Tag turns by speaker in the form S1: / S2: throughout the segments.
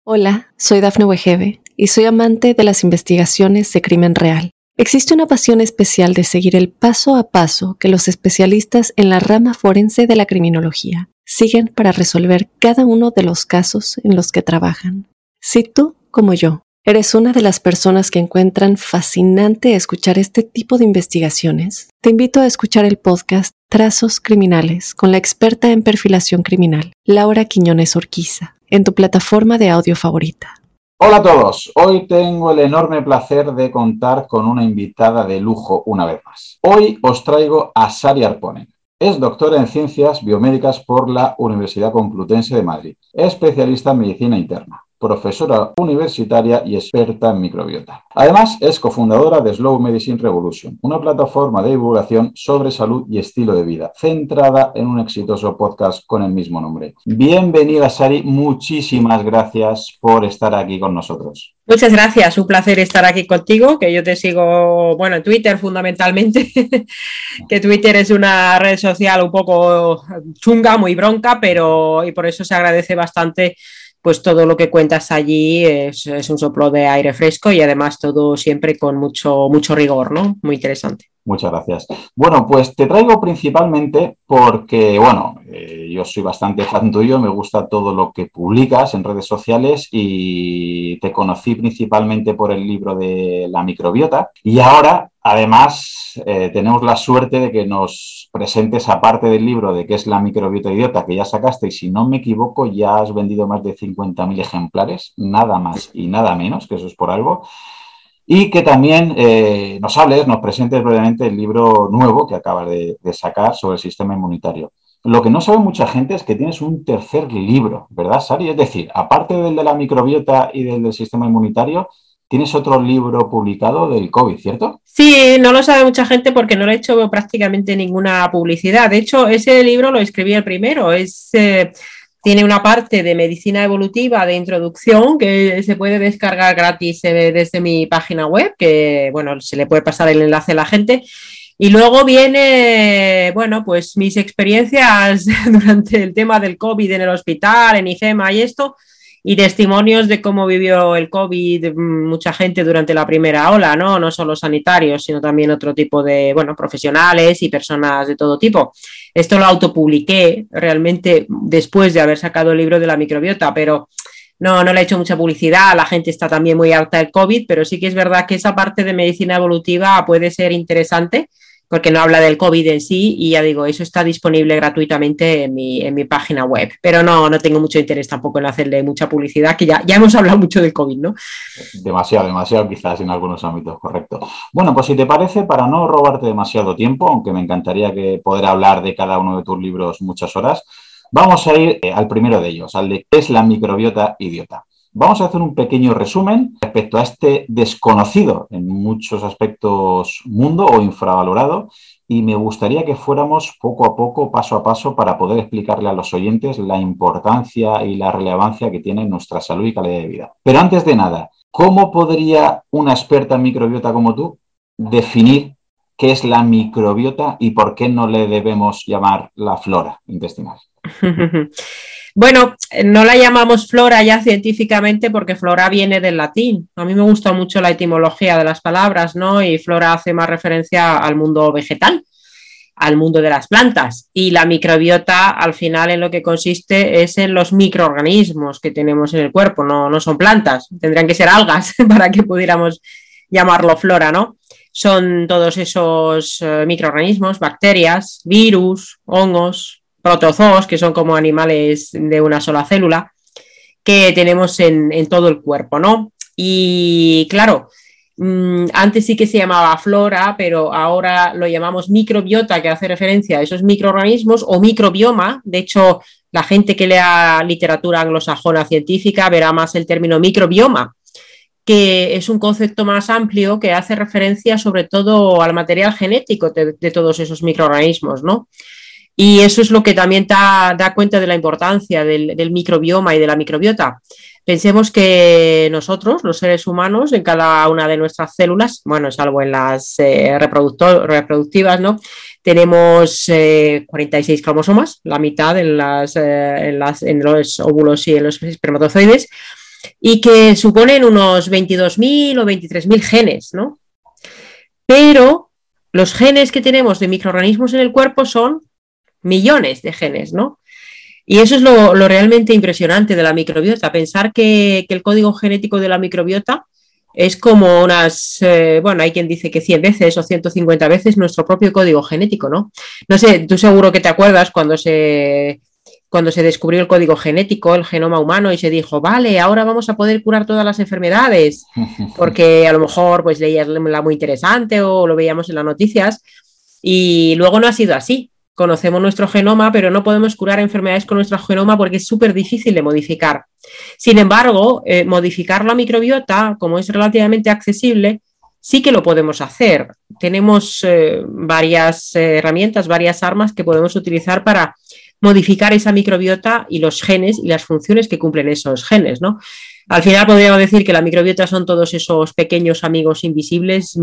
S1: Hola, soy Dafne Wegebe y soy amante de las investigaciones de crimen real. Existe una pasión especial de seguir el paso a paso que los especialistas en la rama forense de la criminología siguen para resolver cada uno de los casos en los que trabajan. Si tú, como yo, eres una de las personas que encuentran fascinante escuchar este tipo de investigaciones, te invito a escuchar el podcast Trazos Criminales con la experta en perfilación criminal, Laura Quiñones Orquiza, en tu plataforma de audio favorita.
S2: Hola a todos, hoy tengo el enorme placer de contar con una invitada de lujo una vez más. Hoy os traigo a Sari Arponen. Es doctora en Ciencias Biomédicas por la Universidad Complutense de Madrid, especialista en medicina interna, profesora universitaria y experta en microbiota. Además, es cofundadora de Slow Medicine Revolution, una plataforma de divulgación sobre salud y estilo de vida, centrada en un exitoso podcast con el mismo nombre. Bienvenida, Sari, muchísimas gracias por estar aquí con nosotros.
S3: Muchas gracias, un placer estar aquí contigo, que yo te sigo, en Twitter fundamentalmente, que Twitter es una red social un poco chunga, muy bronca, y por eso se agradece bastante pues todo lo que cuentas allí es un soplo de aire fresco y además todo siempre con mucho rigor, ¿no? Muy interesante.
S2: Muchas gracias. Bueno, pues te traigo principalmente porque, yo soy bastante fan tuyo, me gusta todo lo que publicas en redes sociales y te conocí principalmente por el libro de la microbiota y ahora, además, tenemos la suerte de que nos presentes, aparte del libro de qué es la microbiota idiota que ya sacaste y si no me equivoco ya has vendido más de 50.000 ejemplares, nada más y nada menos, que eso es por algo. Y que también nos presentes brevemente el libro nuevo que acabas de sacar sobre el sistema inmunitario. Lo que no sabe mucha gente es que tienes un tercer libro, ¿verdad, Sari? Es decir, aparte del de la microbiota y del sistema inmunitario, tienes otro libro publicado del COVID, ¿cierto?
S3: Sí, no lo sabe mucha gente porque no le he hecho prácticamente ninguna publicidad. De hecho, ese libro lo escribí el primero, tiene una parte de medicina evolutiva de introducción que se puede descargar gratis desde mi página web, que se le puede pasar el enlace a la gente. Y luego viene, pues mis experiencias durante el tema del COVID en el hospital, en IFEMA y esto, y testimonios de cómo vivió el COVID mucha gente durante la primera ola, ¿no? No solo sanitarios, sino también otro tipo de, profesionales y personas de todo tipo. Esto lo autopubliqué realmente después de haber sacado el libro de la microbiota, pero no le he hecho mucha publicidad, la gente está también muy harta del COVID, pero sí que es verdad que esa parte de medicina evolutiva puede ser interesante porque no habla del COVID en sí y ya digo, eso está disponible gratuitamente en mi página web, pero no tengo mucho interés tampoco en hacerle mucha publicidad, que ya hemos hablado mucho del COVID, ¿no?
S2: Demasiado quizás en algunos ámbitos, correcto. Bueno, pues si te parece, para no robarte demasiado tiempo, aunque me encantaría poder hablar de cada uno de tus libros muchas horas, vamos a ir al primero de ellos, al de ¿qué es la microbiota idiota? Vamos a hacer un pequeño resumen respecto a este desconocido en muchos aspectos mundo o infravalorado y me gustaría que fuéramos poco a poco, paso a paso, para poder explicarle a los oyentes la importancia y la relevancia que tiene nuestra salud y calidad de vida. Pero antes de nada, ¿cómo podría una experta en microbiota como tú definir qué es la microbiota y por qué no le debemos llamar la flora intestinal?
S3: Bueno, no la llamamos flora ya científicamente porque flora viene del latín. A mí me gusta mucho la etimología de las palabras, ¿no? Y flora hace más referencia al mundo vegetal, al mundo de las plantas. Y la microbiota, al final, en lo que consiste es en los microorganismos que tenemos en el cuerpo. No son plantas, tendrían que ser algas para que pudiéramos llamarlo flora, ¿no? Son todos esos microorganismos, bacterias, virus, hongos, protozoos, que son como animales de una sola célula, que tenemos en todo el cuerpo, ¿no? Y claro, antes sí que se llamaba flora, pero ahora lo llamamos microbiota, que hace referencia a esos microorganismos, o microbioma. De hecho, la gente que lea literatura anglosajona científica verá más el término microbioma, que es un concepto más amplio que hace referencia sobre todo al material genético de todos esos microorganismos, ¿no? Y eso es lo que también da cuenta de la importancia del microbioma y de la microbiota. Pensemos que nosotros, los seres humanos, en cada una de nuestras células, salvo en las reproductivas, ¿no? Tenemos 46 cromosomas, la mitad en los óvulos y en los espermatozoides, y que suponen unos 22.000 o 23.000 genes, ¿no? Pero los genes que tenemos de microorganismos en el cuerpo son millones de genes, ¿no? Y eso es lo realmente impresionante de la microbiota, pensar que el código genético de la microbiota es como unas, bueno, hay quien dice que 100 veces o 150 veces nuestro propio código genético, ¿no? No sé, tú seguro que te acuerdas cuando se descubrió el código genético, el genoma humano, y se dijo, vale, ahora vamos a poder curar todas las enfermedades, porque a lo mejor pues leías la muy interesante o lo veíamos en las noticias, y luego no ha sido así. Conocemos nuestro genoma, pero no podemos curar enfermedades con nuestro genoma porque es súper difícil de modificar. Sin embargo, modificar la microbiota, como es relativamente accesible, sí que lo podemos hacer. Tenemos varias herramientas, varias armas que podemos utilizar para modificar esa microbiota y los genes y las funciones que cumplen esos genes, ¿no? Al final podríamos decir que la microbiota son todos esos pequeños amigos invisibles,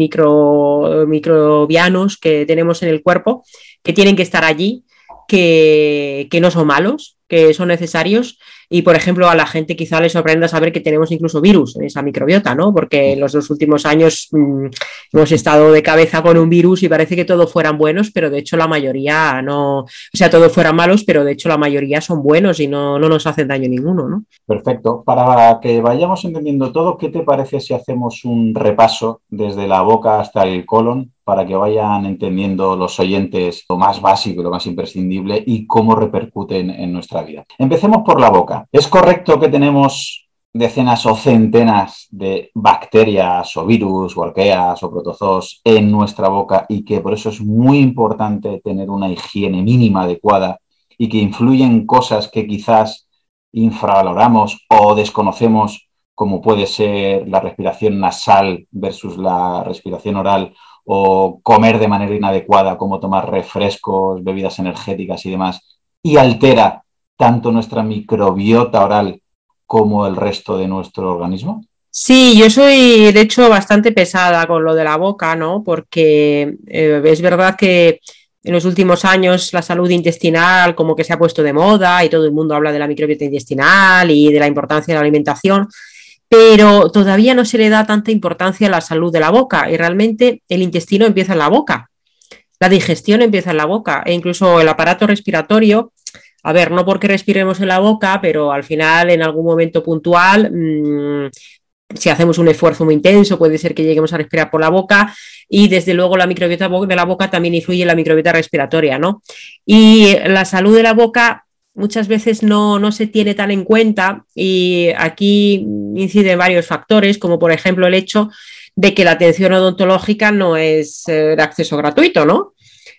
S3: microbianos que tenemos en el cuerpo, que tienen que estar allí, que no son malos, que son necesarios. Y, por ejemplo, a la gente quizá le sorprenda saber que tenemos incluso virus en esa microbiota, ¿no? Porque en los 2 últimos años hemos estado de cabeza con un virus y parece que todos fueran buenos, pero de hecho la mayoría no, o sea, todos fueran malos, pero de hecho la mayoría son buenos y no nos hacen daño ninguno, ¿no?
S2: Perfecto. Para que vayamos entendiendo todo, ¿qué te parece si hacemos un repaso desde la boca hasta el colon para que vayan entendiendo los oyentes lo más básico y lo más imprescindible y cómo repercuten en nuestra vida? Empecemos por la boca. ¿Es correcto que tenemos decenas o centenas de bacterias o virus o arqueas o protozoos en nuestra boca y que por eso es muy importante tener una higiene mínima adecuada y que influyen cosas que quizás infravaloramos o desconocemos, como puede ser la respiración nasal versus la respiración oral, o comer de manera inadecuada, como tomar refrescos, bebidas energéticas y demás, y altera tanto nuestra microbiota oral como el resto de nuestro organismo?
S3: Sí, yo soy de hecho bastante pesada con lo de la boca, ¿no? Porque es verdad que en los últimos años la salud intestinal como que se ha puesto de moda y todo el mundo habla de la microbiota intestinal y de la importancia de la alimentación, pero todavía no se le da tanta importancia a la salud de la boca y realmente el intestino empieza en la boca, la digestión empieza en la boca e incluso el aparato respiratorio, a ver, no porque respiremos en la boca, pero al final en algún momento puntual, si hacemos un esfuerzo muy intenso, puede ser que lleguemos a respirar por la boca y desde luego la microbiota de la boca también influye en la microbiota respiratoria, ¿no? Y la salud de la boca muchas veces no se tiene tan en cuenta y aquí inciden varios factores, como por ejemplo el hecho de que la atención odontológica no es de acceso gratuito, ¿no?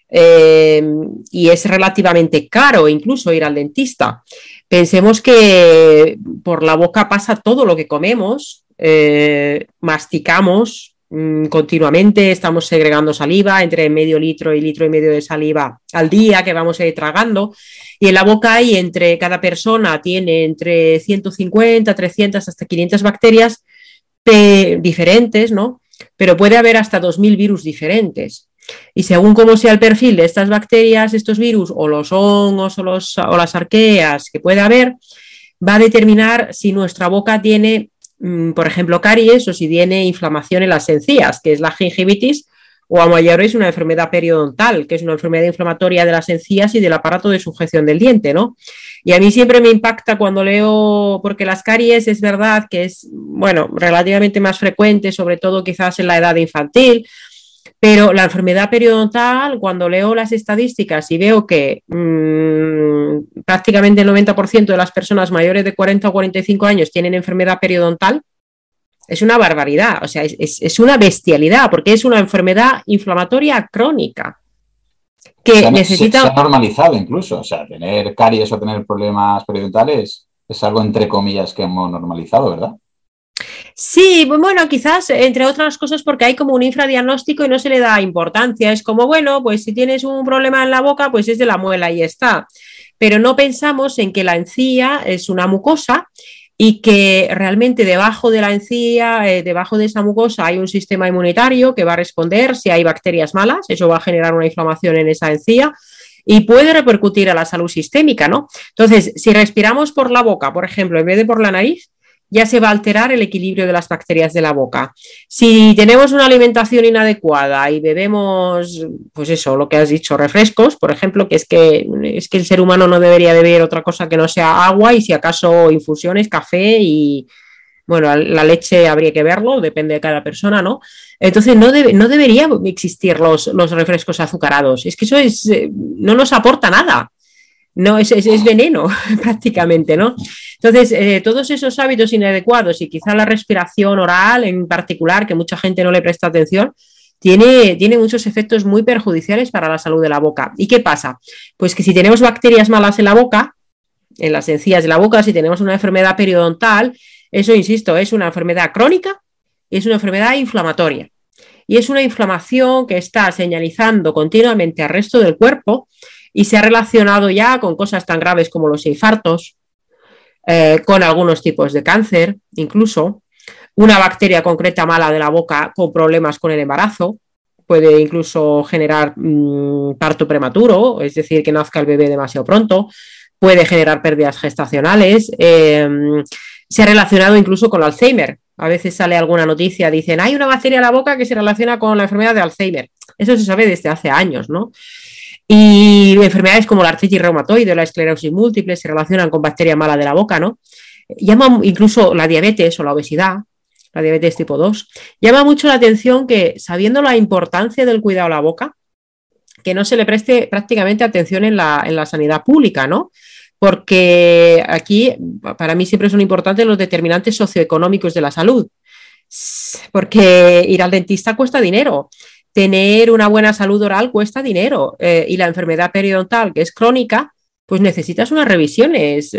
S3: Y es relativamente caro incluso ir al dentista. Pensemos que por la boca pasa todo lo que comemos, masticamos continuamente, estamos segregando saliva entre medio litro y litro y medio de saliva al día que vamos a ir tragando, y en la boca hay cada persona tiene entre 150, 300 hasta 500 bacterias diferentes, ¿no? Pero puede haber hasta 2.000 virus diferentes. Y según cómo sea el perfil de estas bacterias, estos virus o los hongos o las arqueas que puede haber, va a determinar si nuestra boca tiene, por ejemplo, caries o si tiene inflamación en las encías, que es la gingivitis, o a mayores una enfermedad periodontal, que es una enfermedad inflamatoria de las encías y del aparato de sujeción del diente, ¿no? Y a mí siempre me impacta cuando leo, porque las caries es verdad que es, bueno, relativamente más frecuente, sobre todo quizás en la edad infantil, pero la enfermedad periodontal, cuando leo las estadísticas y veo que prácticamente el 90% de las personas mayores de 40 o 45 años tienen enfermedad periodontal, es una barbaridad, o sea, es una bestialidad, porque es una enfermedad inflamatoria crónica que necesita...
S2: Se ha normalizado incluso, o sea, tener caries o tener problemas periodontales es algo entre comillas que hemos normalizado, ¿verdad?
S3: Sí, bueno, quizás entre otras cosas porque hay como un infradiagnóstico y no se le da importancia. Es como, bueno, pues si tienes un problema en la boca, pues es de la muela y está. Pero no pensamos en que la encía es una mucosa y que realmente debajo de la encía, debajo de esa mucosa hay un sistema inmunitario que va a responder si hay bacterias malas, eso va a generar una inflamación en esa encía y puede repercutir a la salud sistémica, ¿no? Entonces, si respiramos por la boca, por ejemplo, en vez de por la nariz, ya se va a alterar el equilibrio de las bacterias de la boca. Si tenemos una alimentación inadecuada y bebemos, pues eso, lo que has dicho, refrescos, por ejemplo, que es que el ser humano no debería beber otra cosa que no sea agua y si acaso infusiones, café y, bueno, la leche habría que verlo, depende de cada persona, ¿no? Entonces no debería existir los refrescos azucarados. Es que eso no nos aporta nada. No, es veneno prácticamente, ¿no? Entonces, todos esos hábitos inadecuados y quizá la respiración oral en particular, que mucha gente no le presta atención, tiene muchos efectos muy perjudiciales para la salud de la boca. ¿Y qué pasa? Pues que si tenemos bacterias malas en la boca, en las encías de la boca, si tenemos una enfermedad periodontal, eso, insisto, es una enfermedad crónica y es una enfermedad inflamatoria. Y es una inflamación que está señalizando continuamente al resto del cuerpo y se ha relacionado ya con cosas tan graves como los infartos, con algunos tipos de cáncer, incluso una bacteria concreta mala de la boca con problemas con el embarazo, puede incluso generar parto prematuro, es decir, que nazca el bebé demasiado pronto, puede generar pérdidas gestacionales, se ha relacionado incluso con el Alzheimer. A veces sale alguna noticia, dicen, hay una bacteria en la boca que se relaciona con la enfermedad de Alzheimer. Eso se sabe desde hace años, ¿no? Y enfermedades como la artritis reumatoide o la esclerosis múltiple se relacionan con bacteria mala de la boca, ¿no? Llama incluso la diabetes o la obesidad, la diabetes tipo 2. Llama mucho la atención que, sabiendo la importancia del cuidado de la boca, que no se le preste prácticamente atención en la sanidad pública, ¿no? Porque aquí, para mí, siempre son importantes los determinantes socioeconómicos de la salud, porque ir al dentista cuesta dinero. Tener una buena salud oral cuesta dinero y la enfermedad periodontal, que es crónica, pues necesitas unas revisiones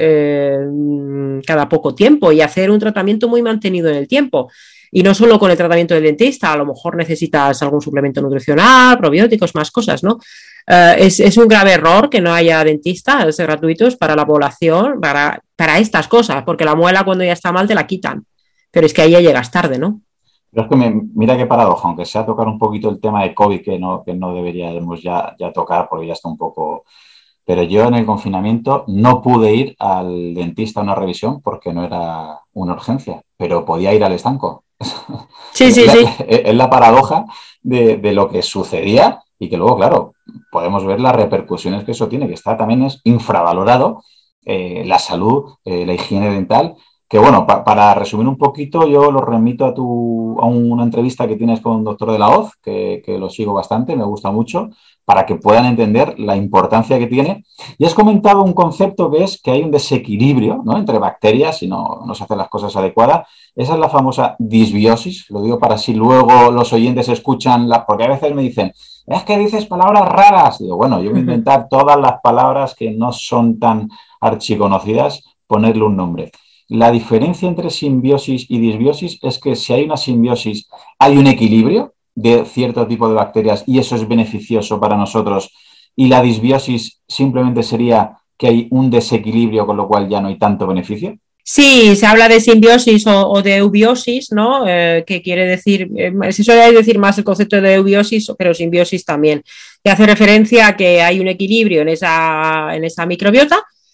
S3: cada poco tiempo y hacer un tratamiento muy mantenido en el tiempo. Y no solo con el tratamiento del dentista, a lo mejor necesitas algún suplemento nutricional, probióticos, más cosas, ¿no? Es un grave error que no haya dentistas gratuitos para la población, para estas cosas, porque la muela cuando ya está mal te la quitan, pero es que ahí ya llegas tarde, ¿no?
S2: Pero es que mira qué paradoja, aunque sea tocar un poquito el tema de COVID, que no deberíamos ya tocar porque ya está un poco... Pero yo en el confinamiento no pude ir al dentista a una revisión porque no era una urgencia, pero podía ir al estanco.
S3: Sí.
S2: Es la paradoja de lo que sucedía y que luego, claro, podemos ver las repercusiones que eso tiene, que está también es infravalorado la salud, la higiene dental. Que bueno, para resumir un poquito, yo lo remito a una entrevista que tienes con un doctor de la Hoz, que lo sigo bastante, me gusta mucho, para que puedan entender la importancia que tiene. Y has comentado un concepto que es que hay un desequilibrio, ¿no?, entre bacterias y no se hacen las cosas adecuadas. Esa es la famosa disbiosis, lo digo para si luego los oyentes escuchan, porque a veces me dicen, es que dices palabras raras. Digo, bueno, yo voy a intentar todas las palabras que no son tan archiconocidas, ponerle un nombre. La diferencia entre simbiosis y disbiosis es que si hay una simbiosis hay un equilibrio de cierto tipo de bacterias y eso es beneficioso para nosotros, y la disbiosis simplemente sería que hay un desequilibrio, con lo cual ya no hay tanto beneficio.
S3: Sí, se habla de simbiosis o de eubiosis, ¿no? Que quiere decir, se suele decir más el concepto de eubiosis, pero simbiosis también, que hace referencia a que hay un equilibrio en esa microbiota.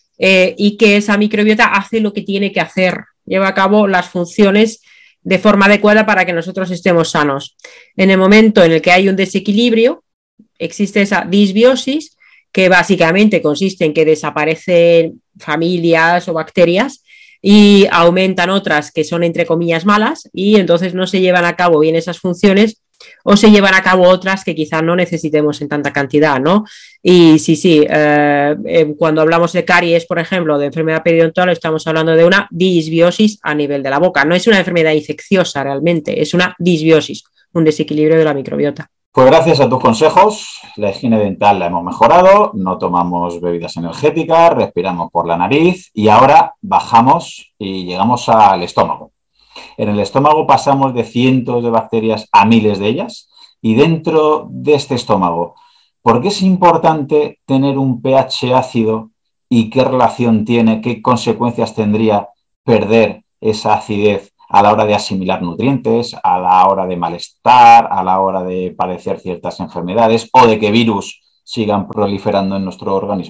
S3: Y que esa microbiota hace lo que tiene que hacer, lleva a cabo las funciones de forma adecuada para que nosotros estemos sanos. En el momento en el que hay un desequilibrio, existe esa disbiosis, que básicamente consiste en que desaparecen familias o bacterias y aumentan otras que son entre comillas malas y entonces no se llevan a cabo bien esas funciones o se llevan a cabo otras que quizás no necesitemos en tanta cantidad, ¿no? Y sí, cuando hablamos de caries, por ejemplo, de enfermedad periodontal, estamos hablando de una disbiosis a nivel de la boca. No es una enfermedad infecciosa realmente, es una disbiosis, un desequilibrio de la microbiota.
S2: Pues gracias a tus consejos, la higiene dental la hemos mejorado, no tomamos bebidas energéticas, respiramos por la nariz y ahora bajamos y llegamos al estómago. En el estómago pasamos de cientos de bacterias a miles de ellas y dentro de este estómago, ¿por qué es importante tener un pH ácido y qué relación tiene, qué consecuencias tendría perder esa acidez a la hora de asimilar nutrientes, a la hora de malestar, a la hora de padecer ciertas enfermedades o de que virus sigan proliferando en nuestro organismo?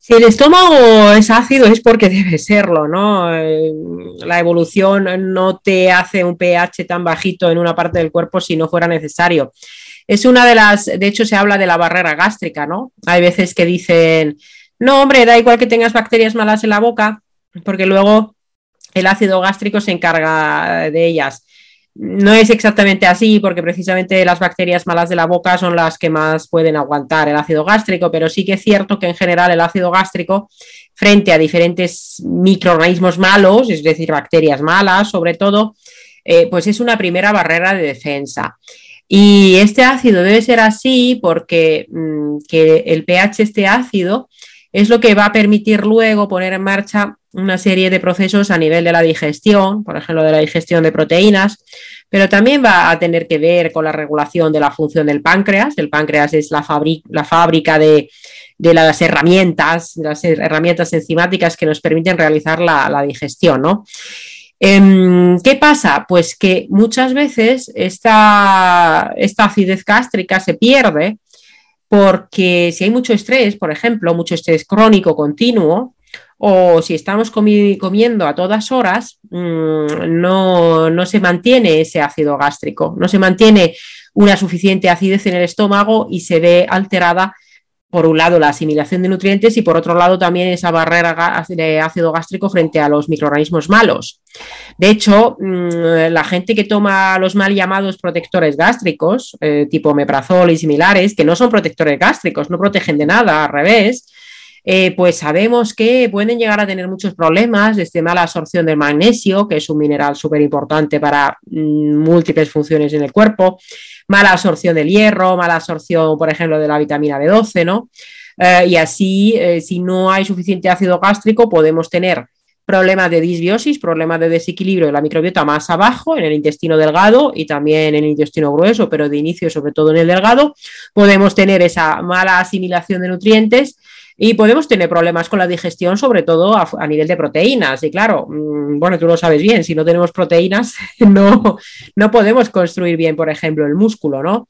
S3: Si el estómago es ácido es porque debe serlo, ¿no? La evolución no te hace un pH tan bajito en una parte del cuerpo si no fuera necesario. Es una de hecho se habla de la barrera gástrica, ¿no? Hay veces que dicen, no, hombre, da igual que tengas bacterias malas en la boca, porque luego el ácido gástrico se encarga de ellas. No es exactamente así, porque precisamente las bacterias malas de la boca son las que más pueden aguantar el ácido gástrico, pero sí que es cierto que en general el ácido gástrico, frente a diferentes microorganismos malos, es decir, bacterias malas sobre todo, pues es una primera barrera de defensa. Y este ácido debe ser así porque que el pH esté ácido es lo que va a permitir luego poner en marcha una serie de procesos a nivel de la digestión, por ejemplo, de la digestión de proteínas, pero también va a tener que ver con la regulación de la función del páncreas. El páncreas es la fábrica de las herramientas enzimáticas que nos permiten realizar la digestión, ¿no? ¿Qué pasa? Pues que muchas veces esta acidez gástrica se pierde porque si hay mucho estrés, por ejemplo, mucho estrés crónico continuo, o si estamos comiendo a todas horas, no se mantiene ese ácido gástrico, no se mantiene una suficiente acidez en el estómago y se ve alterada, por un lado, la asimilación de nutrientes y por otro lado también esa barrera de ácido gástrico frente a los microorganismos malos. De hecho, la gente que toma los mal llamados protectores gástricos, tipo omeprazol y similares, que no son protectores gástricos, no protegen de nada, al revés, pues sabemos que pueden llegar a tener muchos problemas, desde mala absorción del magnesio, que es un mineral súper importante para múltiples funciones en el cuerpo, mala absorción del hierro, mala absorción, por ejemplo, de la vitamina B12, ¿no? Y así, si no hay suficiente ácido gástrico, podemos tener problemas de disbiosis, problemas de desequilibrio de la microbiota más abajo, en el intestino delgado y también en el intestino grueso, pero de inicio sobre todo en el delgado. Podemos tener esa mala asimilación de nutrientes y podemos tener problemas con la digestión, sobre todo a nivel de proteínas. Y claro, bueno, tú lo sabes bien, si no tenemos proteínas no podemos construir bien, por ejemplo, el músculo, ¿no?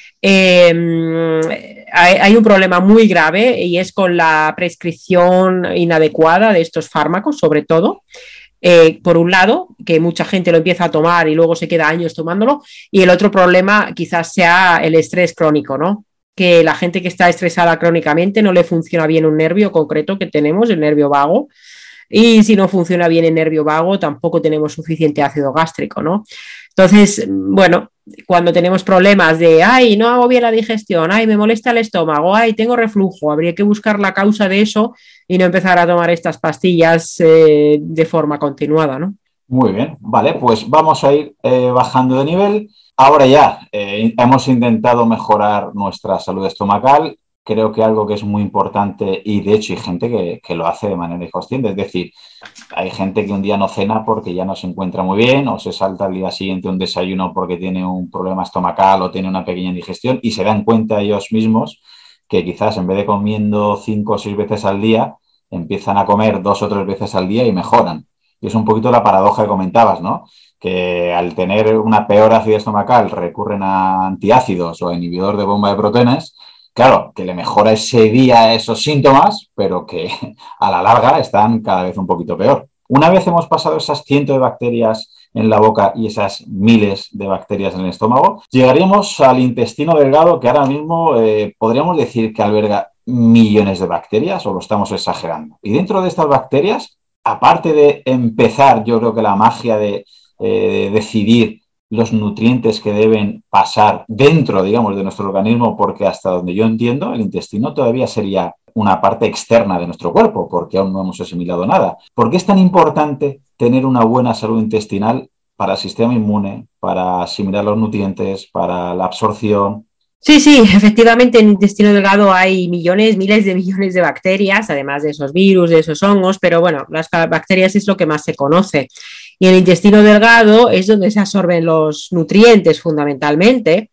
S3: Hay un problema muy grave y es con la prescripción inadecuada de estos fármacos, sobre todo. Por un lado, que mucha gente lo empieza a tomar y luego se queda años tomándolo, y el otro problema quizás sea el estrés crónico, ¿no? Que la gente que está estresada crónicamente no le funciona bien un nervio concreto que tenemos, el nervio vago, y si no funciona bien el nervio vago tampoco tenemos suficiente ácido gástrico, ¿no? Entonces, bueno, cuando tenemos problemas de, ay, no hago bien la digestión, ay, me molesta el estómago, ay, tengo reflujo, habría que buscar la causa de eso y no empezar a tomar estas pastillas de forma continuada, ¿no?
S2: Muy bien, vale, pues vamos a ir bajando de nivel. Ahora ya hemos intentado mejorar nuestra salud estomacal. Creo que algo que es muy importante, y de hecho hay gente que lo hace de manera inconsciente, es decir, hay gente que un día no cena porque ya no se encuentra muy bien o se salta al día siguiente un desayuno porque tiene un problema estomacal o tiene una pequeña indigestión y se dan cuenta ellos mismos que quizás en vez de comiendo 5 o 6 veces al día, empiezan a comer 2 o 3 veces al día y mejoran. Y es un poquito la paradoja que comentabas, ¿no? Que al tener una peor acidez estomacal recurren a antiácidos o a inhibidor de bomba de protones. Claro, que le mejora ese día esos síntomas, pero que a la larga están cada vez un poquito peor. Una vez hemos pasado esas cientos de bacterias en la boca y esas miles de bacterias en el estómago, llegaríamos al intestino delgado, que ahora mismo podríamos decir que alberga millones de bacterias, o lo estamos exagerando. Y dentro de estas bacterias, aparte de empezar, yo creo que la magia de decidir los nutrientes que deben pasar dentro, digamos, de nuestro organismo, porque hasta donde yo entiendo, el intestino todavía sería una parte externa de nuestro cuerpo, porque aún no hemos asimilado nada. ¿Por qué es tan importante tener una buena salud intestinal para el sistema inmune, para asimilar los nutrientes, para la absorción?
S3: Sí, efectivamente en el intestino delgado hay millones, miles de millones de bacterias, además de esos virus, de esos hongos, pero bueno, las bacterias es lo que más se conoce. Y el intestino delgado es donde se absorben los nutrientes fundamentalmente,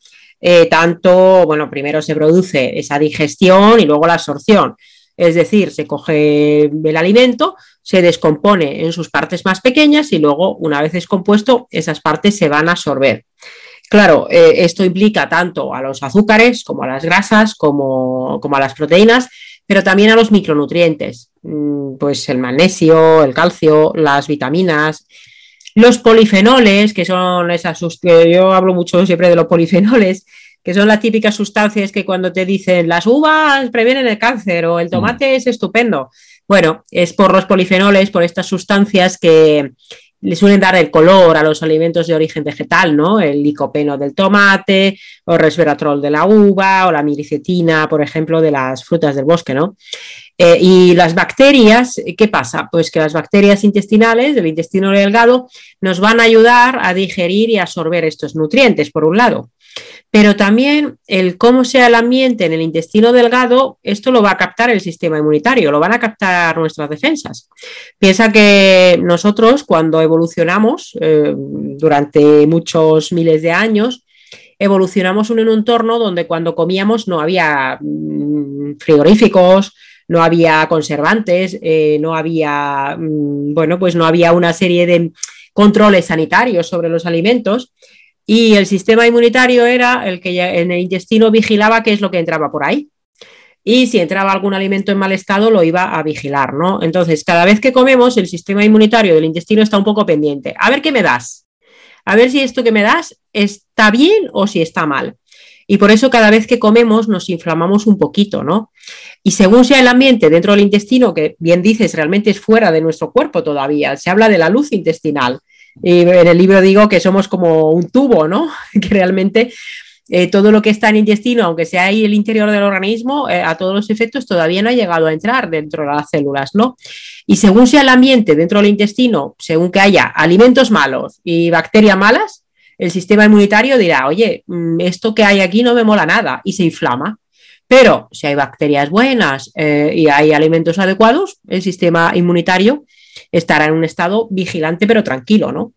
S3: bueno, primero se produce esa digestión y luego la absorción. Es decir, se coge el alimento, se descompone en sus partes más pequeñas y luego, una vez descompuesto, esas partes se van a absorber. Claro, esto implica tanto a los azúcares como a las grasas, como a las proteínas, pero también a los micronutrientes, pues el magnesio, el calcio, las vitaminas, los polifenoles, que son esas, que yo hablo mucho siempre de los polifenoles, que son las típicas sustancias que cuando te dicen las uvas previenen el cáncer o el tomate es estupendo. Bueno, es por los polifenoles, por estas sustancias que le suelen dar el color a los alimentos de origen vegetal, ¿no? El licopeno del tomate, o el resveratrol de la uva, o la miricetina, por ejemplo, de las frutas del bosque, ¿no? Y las bacterias, ¿qué pasa? Pues que las bacterias intestinales del intestino delgado nos van a ayudar a digerir y absorber estos nutrientes, por un lado. Pero también el cómo sea el ambiente en el intestino delgado, esto lo va a captar el sistema inmunitario, lo van a captar nuestras defensas. Piensa que nosotros cuando evolucionamos durante muchos miles de años, evolucionamos en un entorno donde cuando comíamos no había frigoríficos, no había conservantes, no había, pues no había una serie de controles sanitarios sobre los alimentos. Y el sistema inmunitario era el que en el intestino vigilaba qué es lo que entraba por ahí. Y si entraba algún alimento en mal estado, lo iba a vigilar, ¿no? Entonces, cada vez que comemos, el sistema inmunitario del intestino está un poco pendiente. A ver qué me das. A ver si esto que me das está bien o si está mal. Y por eso cada vez que comemos nos inflamamos un poquito, ¿no? Y según sea el ambiente dentro del intestino, que bien dices, realmente es fuera de nuestro cuerpo todavía, se habla de la luz intestinal. Y en el libro digo que somos como un tubo, ¿no? Que realmente todo lo que está en el intestino, aunque sea ahí el interior del organismo, a todos los efectos todavía no ha llegado a entrar dentro de las células, ¿no? Y según sea el ambiente dentro del intestino, según que haya alimentos malos y bacterias malas, el sistema inmunitario dirá, oye, esto que hay aquí no me mola nada, y se inflama. Pero si hay bacterias buenas y hay alimentos adecuados, el sistema inmunitario estará en un estado vigilante pero tranquilo, ¿no?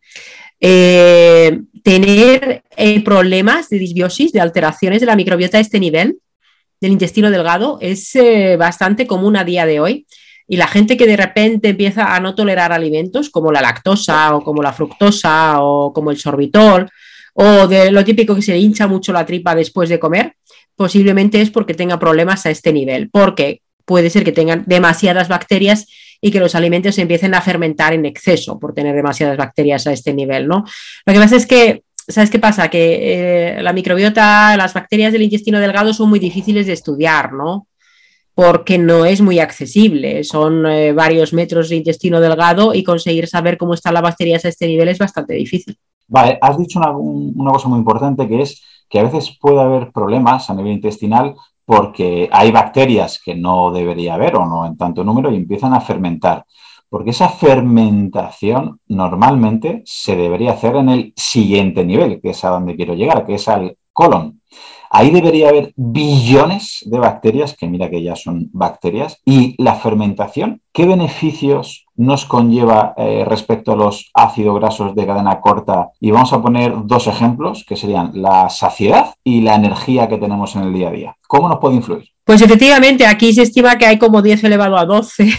S3: Tener problemas de disbiosis, de alteraciones de la microbiota a este nivel del intestino delgado es bastante común a día de hoy, y la gente que de repente empieza a no tolerar alimentos como la lactosa o como la fructosa o como el sorbitol, o de lo típico que se le hincha mucho la tripa después de comer, posiblemente es porque tenga problemas a este nivel, porque puede ser que tengan demasiadas bacterias y que los alimentos se empiecen a fermentar en exceso por tener demasiadas bacterias a este nivel, ¿no? Lo que pasa es que, ¿sabes qué pasa? Que la microbiota, las bacterias del intestino delgado son muy difíciles de estudiar, ¿no? Porque no es muy accesible, son varios metros de intestino delgado y conseguir saber cómo están las bacterias a este nivel es bastante difícil.
S2: Vale, has dicho una cosa muy importante, que es que a veces puede haber problemas a nivel intestinal porque hay bacterias que no debería haber o no en tanto número y empiezan a fermentar. Porque esa fermentación normalmente se debería hacer en el siguiente nivel, que es a donde quiero llegar, que es al colon. Ahí debería haber billones de bacterias, que mira que ya son bacterias, y la fermentación, ¿qué beneficios nos conlleva respecto a los ácidos grasos de cadena corta? Y vamos a poner dos ejemplos, que serían la saciedad y la energía que tenemos en el día a día. ¿Cómo nos puede influir?
S3: Pues efectivamente, aquí se estima que hay como 10 elevado a 12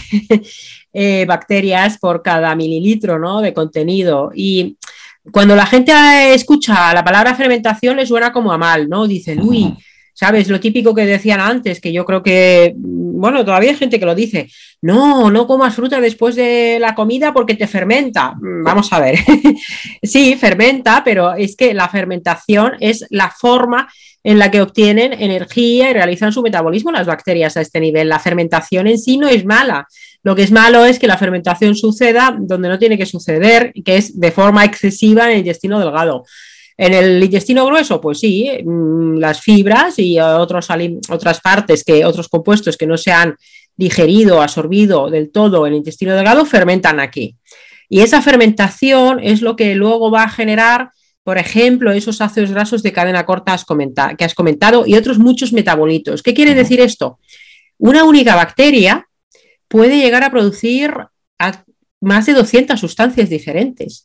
S3: bacterias por cada mililitro, ¿no?, de contenido. Y cuando la gente escucha la palabra fermentación le suena como a mal, ¿no? Dicen, uy, ¿sabes? Lo típico que decían antes, que yo creo que, bueno, todavía hay gente que lo dice, no comas fruta después de la comida porque te fermenta. Vamos a ver, sí, fermenta, pero es que la fermentación es la forma en la que obtienen energía y realizan su metabolismo las bacterias a este nivel. La fermentación en sí no es mala. Lo que es malo es que la fermentación suceda donde no tiene que suceder, que es de forma excesiva en el intestino delgado. En el intestino grueso, pues sí, las fibras y otras partes, otros compuestos que no se han digerido, absorbido del todo en el intestino delgado, fermentan aquí. Y esa fermentación es lo que luego va a generar, por ejemplo, esos ácidos grasos de cadena corta que has comentado y otros muchos metabolitos. ¿Qué quiere decir esto? Una única bacteria puede llegar a producir más de 200 sustancias diferentes.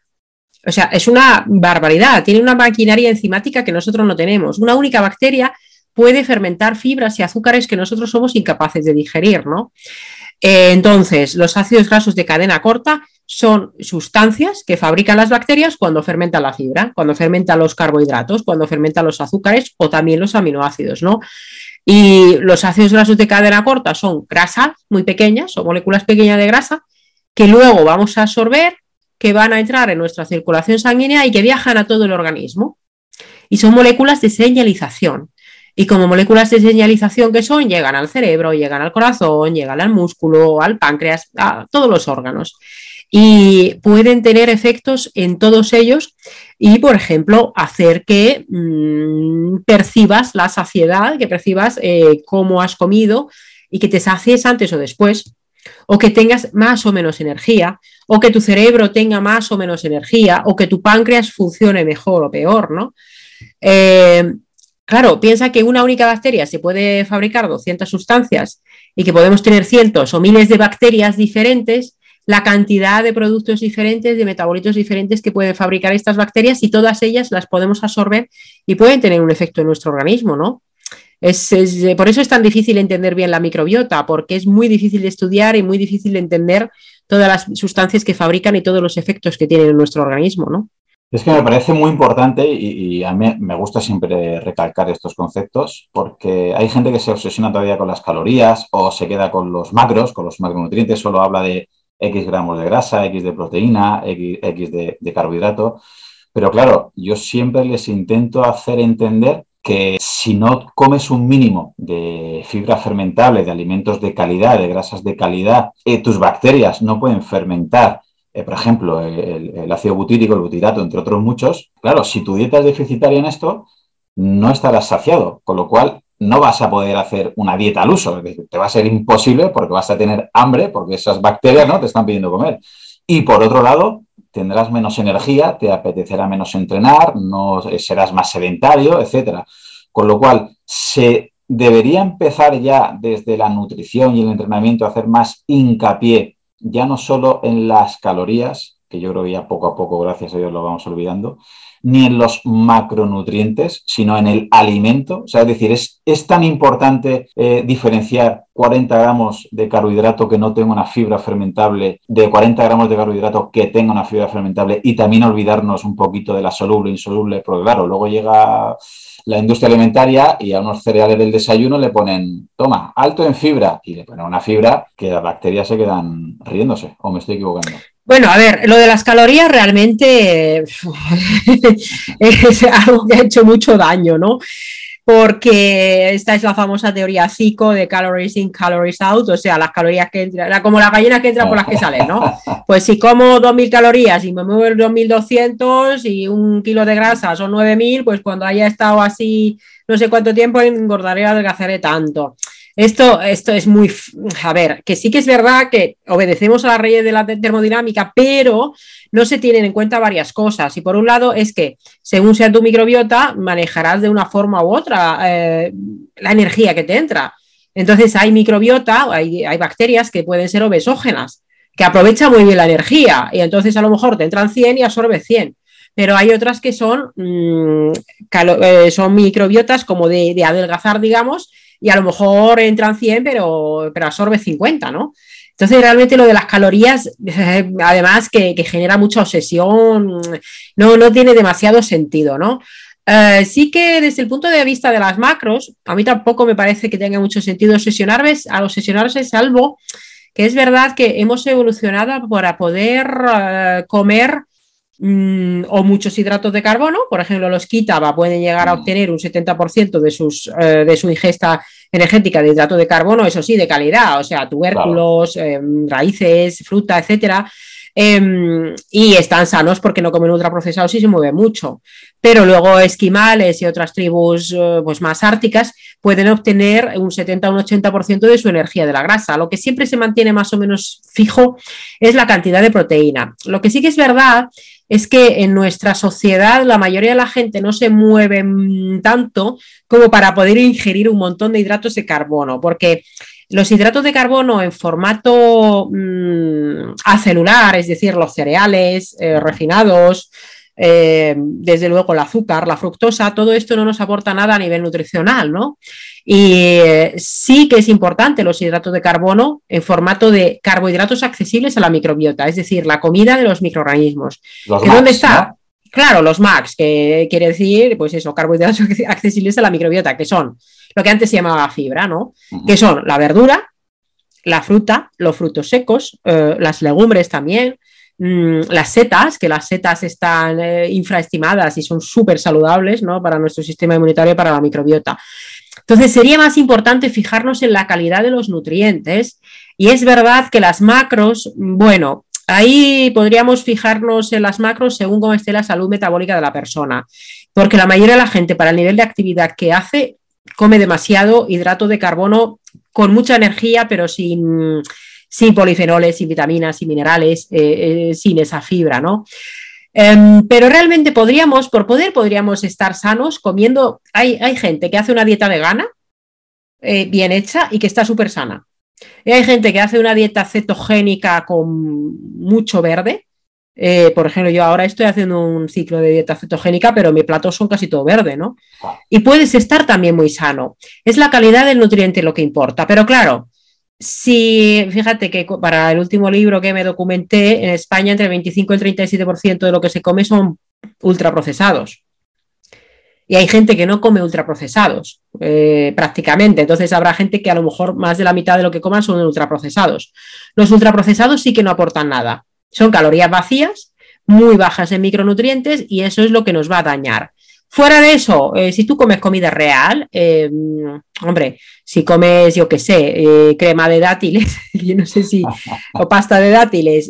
S3: O sea, es una barbaridad. Tiene una maquinaria enzimática que nosotros no tenemos. Una única bacteria puede fermentar fibras y azúcares que nosotros somos incapaces de digerir, ¿no? Entonces, los ácidos grasos de cadena corta son sustancias que fabrican las bacterias cuando fermentan la fibra, cuando fermentan los carbohidratos, cuando fermentan los azúcares o también los aminoácidos, ¿no? Y los ácidos grasos de cadena corta son grasas muy pequeñas o moléculas pequeñas de grasa que luego vamos a absorber, que van a entrar en nuestra circulación sanguínea y que viajan a todo el organismo. Y son moléculas de señalización. Y como moléculas de señalización que son, llegan al cerebro, llegan al corazón, llegan al músculo, al páncreas, a todos los órganos. Y pueden tener efectos en todos ellos y, por ejemplo, hacer que percibas la saciedad, que percibas cómo has comido y que te sacies antes o después, o que tengas más o menos energía, o que tu cerebro tenga más o menos energía, o que tu páncreas funcione mejor o peor, ¿no? Claro, piensa que una única bacteria se puede fabricar 200 sustancias y que podemos tener cientos o miles de bacterias diferentes, la cantidad de productos diferentes, de metabolitos diferentes que pueden fabricar estas bacterias y todas ellas las podemos absorber y pueden tener un efecto en nuestro organismo, ¿no? Por eso es tan difícil entender bien la microbiota, porque es muy difícil de estudiar y muy difícil de entender todas las sustancias que fabrican y todos los efectos que tienen en nuestro organismo, ¿no?
S2: Es que me parece muy importante y a mí me gusta siempre recalcar estos conceptos porque hay gente que se obsesiona todavía con las calorías o se queda con los macronutrientes, solo habla de X gramos de grasa, X de proteína, X de carbohidrato. Pero claro, yo siempre les intento hacer entender que si no comes un mínimo de fibra fermentable, de alimentos de calidad, de grasas de calidad, tus bacterias no pueden fermentar. Por ejemplo, el ácido butírico, el butirato, entre otros muchos. Claro, si tu dieta es deficitaria en esto, no estarás saciado, con lo cual no vas a poder hacer una dieta al uso. Es decir, te va a ser imposible porque vas a tener hambre, porque esas bacterias, ¿no?, te están pidiendo comer. Y por otro lado, tendrás menos energía, te apetecerá menos entrenar, no serás más sedentario, etcétera. Con lo cual, se debería empezar ya desde la nutrición y el entrenamiento a hacer más hincapié ya no solo en las calorías, que yo creo que ya poco a poco, gracias a Dios, lo vamos olvidando, ni en los macronutrientes, sino en el alimento. O sea, es decir, es tan importante diferenciar 40 gramos de carbohidrato que no tenga una fibra fermentable de 40 gramos de carbohidrato que tenga una fibra fermentable y también olvidarnos un poquito de la soluble e insoluble, porque claro, luego llega la industria alimentaria y a unos cereales del desayuno le ponen, toma, alto en fibra, y le ponen una fibra que las bacterias se quedan riéndose, o me estoy equivocando.
S3: Bueno, a ver, lo de las calorías realmente es algo que ha hecho mucho daño, ¿no? Porque esta es la famosa teoría CICO de calories in, calories out, o sea, las calorías que entran, como las gallinas que entran por las que salen, ¿no? Pues si como 2.000 calorías y me muevo el 2.200 y un kilo de grasa son 9.000, pues cuando haya estado así no sé cuánto tiempo engordaré o adelgazaré tanto. Esto es muy... A ver, que sí que es verdad que obedecemos a las leyes de la termodinámica, pero no se tienen en cuenta varias cosas. Y por un lado es que, según sea tu microbiota, manejarás de una forma u otra la energía que te entra. Entonces hay microbiota, hay bacterias que pueden ser obesógenas, que aprovechan muy bien la energía. Y entonces a lo mejor te entran 100 y absorbes 100. Pero hay otras que son microbiotas como de adelgazar, digamos, y a lo mejor entran 100, pero absorbe 50, ¿no? Entonces, realmente lo de las calorías, además que genera mucha obsesión, no tiene demasiado sentido, ¿no? Sí que desde el punto de vista de las macros, a mí tampoco me parece que tenga mucho sentido obsesionarse, salvo que es verdad que hemos evolucionado para poder comer o muchos hidratos de carbono. Por ejemplo, los Kitaba pueden llegar a obtener un 70% de su ingesta energética de hidratos de carbono, eso sí, de calidad, o sea, tubérculos, claro, raíces, fruta, etcétera. Y están sanos porque no comen ultraprocesados y se mueven mucho. Pero luego esquimales y otras tribus pues más árticas pueden obtener un 70 o un 80% de su energía de la grasa. Lo que siempre se mantiene más o menos fijo es la cantidad de proteína. Lo que sí que es verdad es que en nuestra sociedad la mayoría de la gente no se mueve tanto como para poder ingerir un montón de hidratos de carbono, porque los hidratos de carbono en formato acelular, es decir, los cereales refinados, desde luego el azúcar, la fructosa, todo esto no nos aporta nada a nivel nutricional, ¿no? Y sí que es importante los hidratos de carbono en formato de carbohidratos accesibles a la microbiota, es decir, la comida de los microorganismos. ¿Dónde está? ¿No? Claro, los MACs, que quiere decir, pues eso, carbohidratos accesibles a la microbiota, que son lo que antes se llamaba fibra, ¿no? Que son la verdura, la fruta, los frutos secos, las legumbres también, las setas, que las setas están infraestimadas y son súper saludables, ¿no? Para nuestro sistema inmunitario y para la microbiota. Entonces sería más importante fijarnos en la calidad de los nutrientes, y es verdad que las macros, bueno, ahí podríamos fijarnos en las macros según cómo esté la salud metabólica de la persona, porque la mayoría de la gente, para el nivel de actividad que hace, come demasiado hidrato de carbono con mucha energía, pero sin polifenoles, sin vitaminas, sin minerales, sin esa fibra, ¿no? Pero realmente podríamos estar sanos comiendo. Hay gente que hace una dieta vegana bien hecha y que está súper sana. Y hay gente que hace una dieta cetogénica con mucho verde. Por ejemplo, yo ahora estoy haciendo un ciclo de dieta cetogénica, pero mis platos son casi todo verde, ¿no? Y puedes estar también muy sano. Es la calidad del nutriente lo que importa. Pero claro, si fíjate que para el último libro que me documenté, en España entre el 25 y el 37% de lo que se come son ultraprocesados. Y hay gente que no come ultraprocesados prácticamente. Entonces habrá gente que a lo mejor más de la mitad de lo que coman son ultraprocesados. Los ultraprocesados sí que no aportan nada. Son calorías vacías, muy bajas en micronutrientes, y eso es lo que nos va a dañar. Fuera de eso, si tú comes comida real, hombre, si comes, yo qué sé, crema de dátiles, yo no sé si, o pasta de dátiles,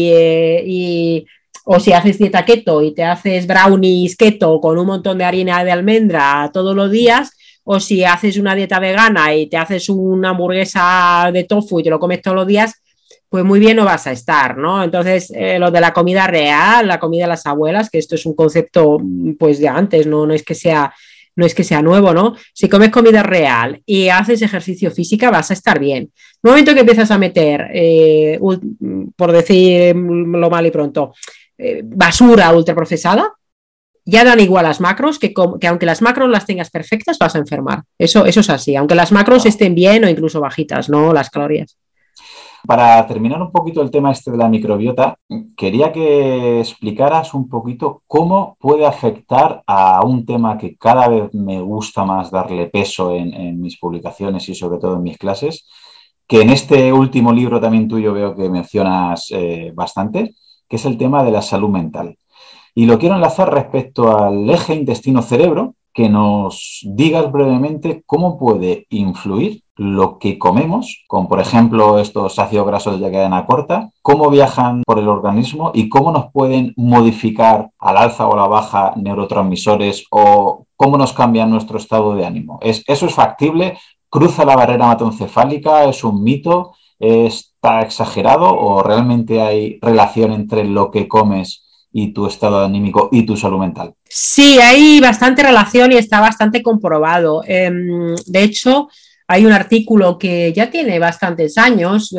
S3: o si haces dieta keto y te haces brownies keto con un montón de harina de almendra todos los días, o si haces una dieta vegana y te haces una hamburguesa de tofu y te lo comes todos los días, pues muy bien no vas a estar, ¿no? Entonces, lo de la comida real, la comida de las abuelas, que esto es un concepto pues de antes, no es que sea nuevo, ¿no? Si comes comida real y haces ejercicio físico, vas a estar bien. En el momento que empiezas a meter, por decirlo mal y pronto, basura ultraprocesada, ya dan igual las macros, que aunque las macros las tengas perfectas, vas a enfermar. Eso es así, aunque las macros estén bien o incluso bajitas, ¿no? Las calorías.
S2: Para terminar un poquito el tema este de la microbiota, quería que explicaras un poquito cómo puede afectar a un tema que cada vez me gusta más darle peso en mis publicaciones y sobre todo en mis clases, que en este último libro también tuyo veo que mencionas bastante, que es el tema de la salud mental. Y lo quiero enlazar respecto al eje intestino-cerebro, que nos digas brevemente cómo puede influir lo que comemos, como por ejemplo estos ácidos grasos de cadena corta, cómo viajan por el organismo y cómo nos pueden modificar al alza o a la baja neurotransmisores, o cómo nos cambian nuestro estado de ánimo. ¿Eso es factible? ¿Cruza la barrera hematoencefálica? ¿Es un mito? ¿Está exagerado? ¿O realmente hay relación entre lo que comes y tu estado anímico y tu salud mental?
S3: Sí, hay bastante relación y está bastante comprobado. De hecho, hay un artículo que ya tiene bastantes años,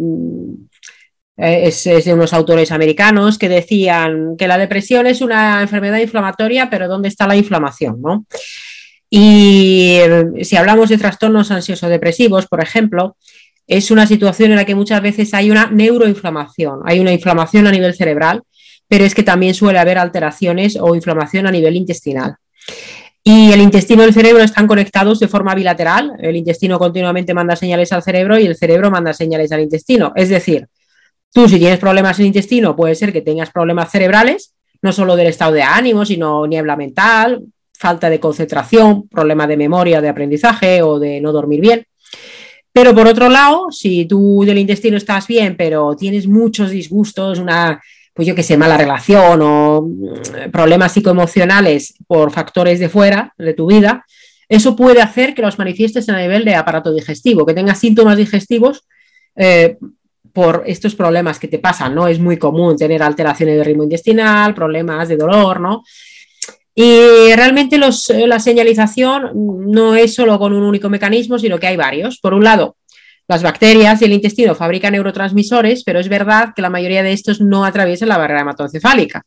S3: es de unos autores americanos que decían que la depresión es una enfermedad inflamatoria, pero ¿dónde está la inflamación, ¿no? Y si hablamos de trastornos ansioso-depresivos, por ejemplo, es una situación en la que muchas veces hay una neuroinflamación, hay una inflamación a nivel cerebral, pero es que también suele haber alteraciones o inflamación a nivel intestinal. Y el intestino y el cerebro están conectados de forma bilateral. El intestino continuamente manda señales al cerebro y el cerebro manda señales al intestino. Es decir, tú si tienes problemas en el intestino, puede ser que tengas problemas cerebrales, no solo del estado de ánimo, sino niebla mental, falta de concentración, problema de memoria, de aprendizaje o de no dormir bien. Pero por otro lado, si tú del intestino estás bien, pero tienes muchos disgustos, pues yo qué sé, mala relación o problemas psicoemocionales por factores de fuera de tu vida, eso puede hacer que los manifiestes a nivel de aparato digestivo, que tengas síntomas digestivos por estos problemas que te pasan, ¿no? Es muy común tener alteraciones de ritmo intestinal, problemas de dolor, ¿no? Y realmente la señalización no es solo con un único mecanismo, sino que hay varios. Por un lado, las bacterias y el intestino fabrican neurotransmisores, pero es verdad que la mayoría de estos no atraviesan la barrera hematoencefálica.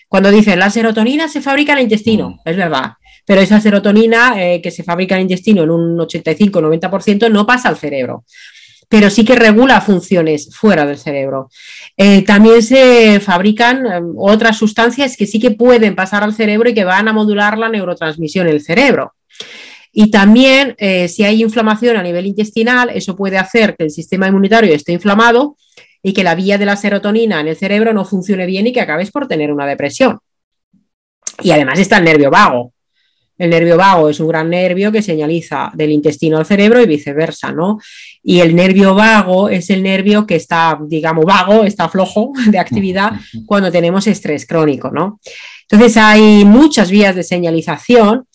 S3: Cuando dicen la serotonina se fabrica en el intestino, es verdad, pero esa serotonina que se fabrica en el intestino en un 85-90% no pasa al cerebro, pero sí que regula funciones fuera del cerebro. También se fabrican otras sustancias que sí que pueden pasar al cerebro y que van a modular la neurotransmisión en el cerebro. Y también, si hay inflamación a nivel intestinal, eso puede hacer que el sistema inmunitario esté inflamado y que la vía de la serotonina en el cerebro no funcione bien y que acabes por tener una depresión. Y además está el nervio vago. El nervio vago es un gran nervio que señaliza del intestino al cerebro y viceversa, ¿no? Y el nervio vago es el nervio que está, digamos, vago, está flojo de actividad cuando tenemos estrés crónico, ¿no? Entonces hay muchas vías de señalización.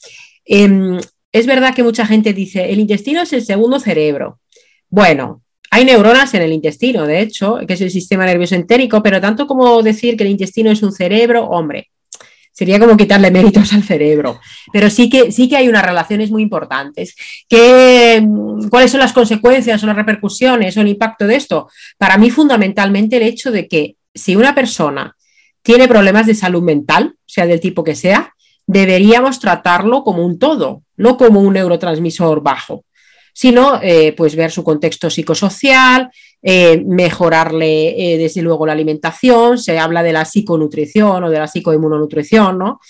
S3: Es verdad que mucha gente dice, el intestino es el segundo cerebro. Bueno, hay neuronas en el intestino, de hecho, que es el sistema nervioso entérico, pero tanto como decir que el intestino es un cerebro, hombre, sería como quitarle méritos al cerebro. Pero sí que hay unas relaciones muy importantes. ¿Cuáles son las consecuencias o las repercusiones o el impacto de esto? Para mí, fundamentalmente, el hecho de que si una persona tiene problemas de salud mental, sea del tipo que sea, deberíamos tratarlo como un todo, no como un neurotransmisor bajo, sino pues ver su contexto psicosocial, mejorarle desde luego la alimentación, se habla de la psiconutrición o de la psicoinmunonutrición, ¿no?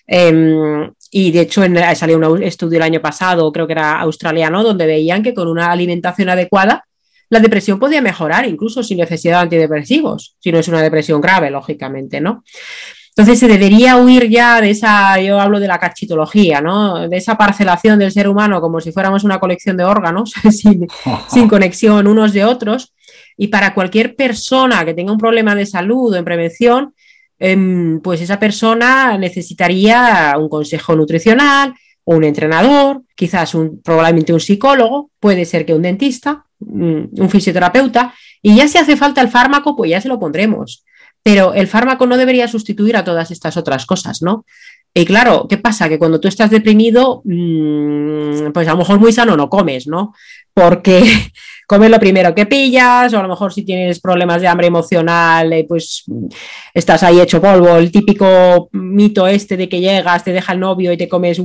S3: Y de hecho salió un estudio el año pasado, creo que era australiano, donde veían que con una alimentación adecuada la depresión podía mejorar incluso sin necesidad de antidepresivos, si no es una depresión grave, lógicamente, ¿no? Entonces se debería huir ya de esa, yo hablo de la cachitología, ¿no? De esa parcelación del ser humano como si fuéramos una colección de órganos sin conexión unos de otros. Y para cualquier persona que tenga un problema de salud o en prevención, pues esa persona necesitaría un consejo nutricional o un entrenador, quizás probablemente un psicólogo, puede ser que un dentista, un fisioterapeuta, y ya si hace falta el fármaco, pues ya se lo pondremos. Pero el fármaco no debería sustituir a todas estas otras cosas, ¿no? Y claro, ¿qué pasa? Que cuando tú estás deprimido, pues a lo mejor muy sano no comes, ¿no? Porque comes lo primero que pillas, o a lo mejor si tienes problemas de hambre emocional, pues estás ahí hecho polvo, el típico mito este de que llegas, te deja el novio y te comes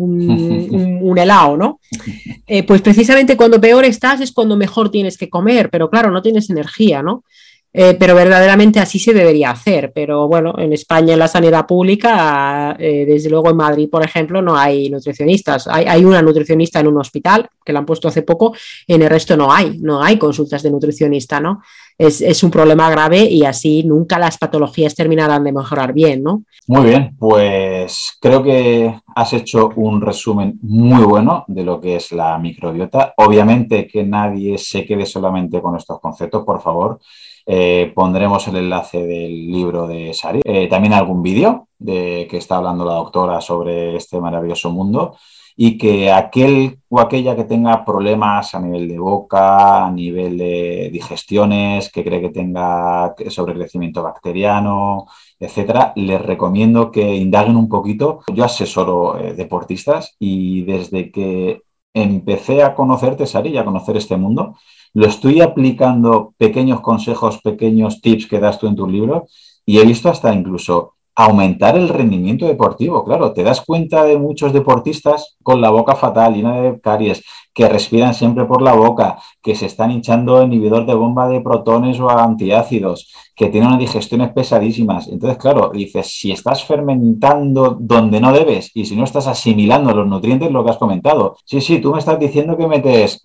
S3: un helado, ¿no? Pues precisamente cuando peor estás es cuando mejor tienes que comer, pero claro, no tienes energía, ¿no? Pero verdaderamente así se debería hacer. Pero bueno, en España, en la sanidad pública, desde luego en Madrid, por ejemplo, no hay nutricionistas. Hay una nutricionista en un hospital que la han puesto hace poco, en el resto no hay consultas de nutricionista, ¿no? Es un problema grave y así nunca las patologías terminarán de mejorar bien, ¿no?
S2: Muy bien, pues creo que has hecho un resumen muy bueno de lo que es la microbiota. Obviamente que nadie se quede solamente con estos conceptos, por favor. Pondremos el enlace del libro de Sari. También algún vídeo que está hablando la doctora sobre este maravilloso mundo y que aquel o aquella que tenga problemas a nivel de boca, a nivel de digestiones, que cree que tenga sobrecrecimiento bacteriano, etcétera, les recomiendo que indaguen un poquito. Yo asesoro deportistas y desde que empecé a conocerte, Sari, y a conocer este mundo, lo estoy aplicando pequeños consejos, pequeños tips que das tú en tu libro y he visto hasta incluso aumentar el rendimiento deportivo. Claro, te das cuenta de muchos deportistas con la boca fatal, llena de caries, que respiran siempre por la boca, que se están hinchando inhibidor de bomba de protones o antiácidos, que tienen unas digestiones pesadísimas. Entonces, claro, dices, si estás fermentando donde no debes y si no estás asimilando los nutrientes, lo que has comentado. Sí, tú me estás diciendo que metes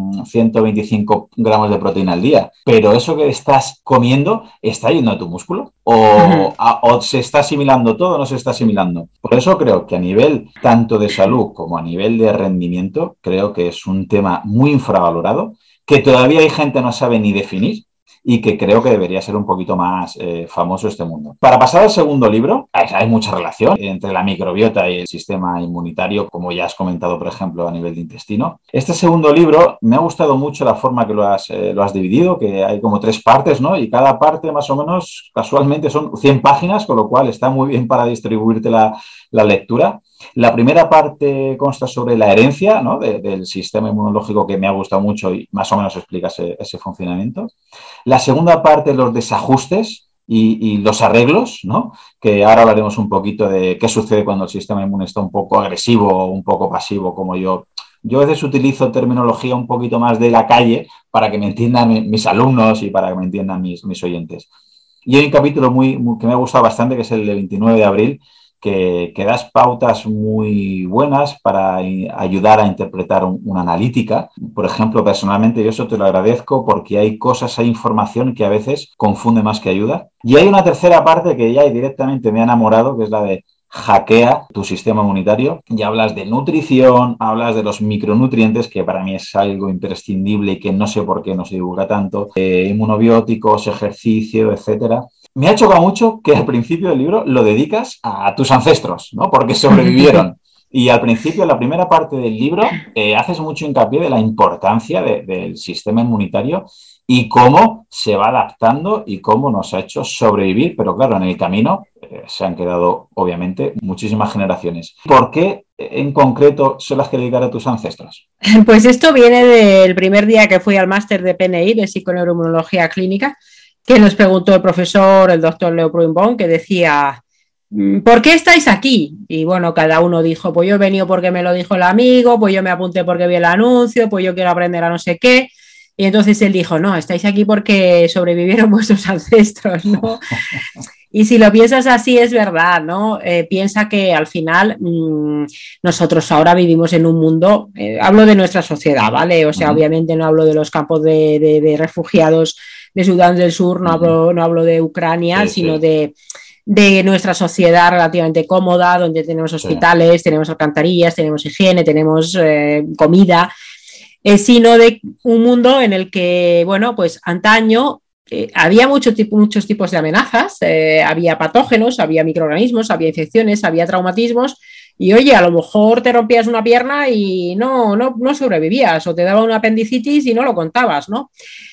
S2: 125 gramos de proteína al día, pero eso que estás comiendo está yendo a tu músculo o se está asimilando todo o no se está asimilando. Por eso creo que a nivel tanto de salud como a nivel de rendimiento, creo que es un tema muy infravalorado, que todavía hay gente que no sabe ni definir y que creo que debería ser un poquito más famoso este mundo. Para pasar al segundo libro, hay mucha relación entre la microbiota y el sistema inmunitario, como ya has comentado, por ejemplo, a nivel de intestino. Este segundo libro me ha gustado mucho la forma que lo has dividido, que hay como 3 partes, ¿no? Y cada parte más o menos, casualmente, son 100 páginas, con lo cual está muy bien para distribuirte la lectura. La primera parte consta sobre la herencia, ¿no? del sistema inmunológico, que me ha gustado mucho y más o menos explica ese funcionamiento. La segunda parte, los desajustes y los arreglos, ¿no? Que ahora hablaremos un poquito de qué sucede cuando el sistema inmune está un poco agresivo o un poco pasivo, como yo. Yo a veces utilizo terminología un poquito más de la calle para que me entiendan mis alumnos y para que me entiendan mis oyentes. Y hay un capítulo que me ha gustado bastante, que es el de 29 de abril, que das pautas muy buenas para ayudar a interpretar una analítica. Por ejemplo, personalmente yo eso te lo agradezco porque hay información que a veces confunde más que ayuda. Y hay una tercera parte que ya directamente me ha enamorado, que es la de hackea tu sistema inmunitario, y hablas de nutrición, hablas de los micronutrientes, que para mí es algo imprescindible y que no sé por qué no se divulga tanto, inmunobióticos, ejercicio, etcétera. Me ha chocado mucho que al principio del libro lo dedicas a tus ancestros, ¿no? Porque sobrevivieron. Y al principio, en la primera parte del libro, haces mucho hincapié de la importancia del sistema inmunitario y cómo se va adaptando y cómo nos ha hecho sobrevivir. Pero claro, en el camino se han quedado, obviamente, muchísimas generaciones. ¿Por qué en concreto se las que dedicar a tus ancestros?
S3: Pues esto viene del primer día que fui al máster de PNI, de psiconeuroinmunología clínica, que nos preguntó el profesor, el doctor Leo Pruimbón, que decía: ¿por qué estáis aquí? Y bueno, cada uno dijo: pues yo he venido porque me lo dijo el amigo, pues yo me apunté porque vi el anuncio, pues yo quiero aprender a no sé qué. Y entonces él dijo: no, estáis aquí porque sobrevivieron vuestros ancestros, ¿no? Y si lo piensas así, es verdad, ¿no? Piensa que al final nosotros ahora vivimos en un mundo, hablo de nuestra sociedad, ¿vale? O sea, obviamente no hablo de los campos de refugiados de Sudán del Sur, no hablo de Ucrania, sí, sino sí, de nuestra sociedad relativamente cómoda, donde tenemos hospitales, sí, tenemos alcantarillas, tenemos higiene, tenemos comida, sino de un mundo en el que, bueno, pues antaño había muchos tipos de amenazas, había patógenos, había microorganismos, había infecciones, había traumatismos, y oye, a lo mejor te rompías una pierna y no sobrevivías, o te daba una apendicitis y no lo contabas, ¿no?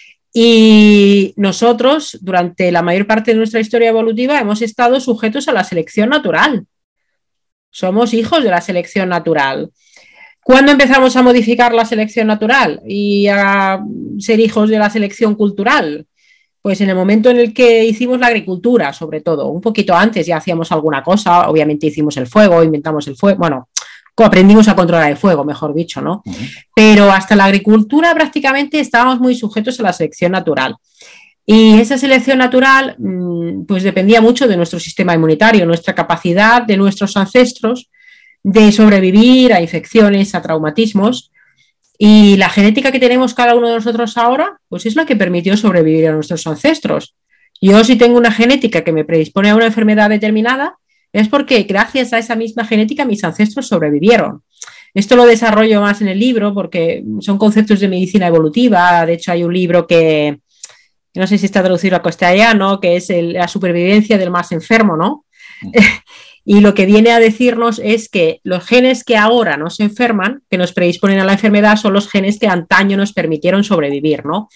S3: Y nosotros, durante la mayor parte de nuestra historia evolutiva, hemos estado sujetos a la selección natural. Somos hijos de la selección natural. ¿Cuándo empezamos a modificar la selección natural y a ser hijos de la selección cultural? Pues en el momento en el que hicimos la agricultura, sobre todo. Un poquito antes ya hacíamos alguna cosa, obviamente hicimos el fuego, inventamos el fuego, bueno, aprendimos a controlar el fuego, mejor dicho, ¿no? Pero hasta la agricultura prácticamente estábamos muy sujetos a la selección natural. Y esa selección natural pues dependía mucho de nuestro sistema inmunitario, nuestra capacidad de nuestros ancestros de sobrevivir a infecciones, a traumatismos. Y la genética que tenemos cada uno de nosotros ahora, pues es la que permitió sobrevivir a nuestros ancestros. Yo, si tengo una genética que me predispone a una enfermedad determinada, es porque gracias a esa misma genética mis ancestros sobrevivieron. Esto lo desarrollo más en el libro porque son conceptos de medicina evolutiva. De hecho, hay un libro que no sé si está traducido al castellano, que es la supervivencia del más enfermo, ¿no? Y lo que viene a decirnos es que los genes que ahora nos enferman, que nos predisponen a la enfermedad, son los genes que antaño nos permitieron sobrevivir, ¿no?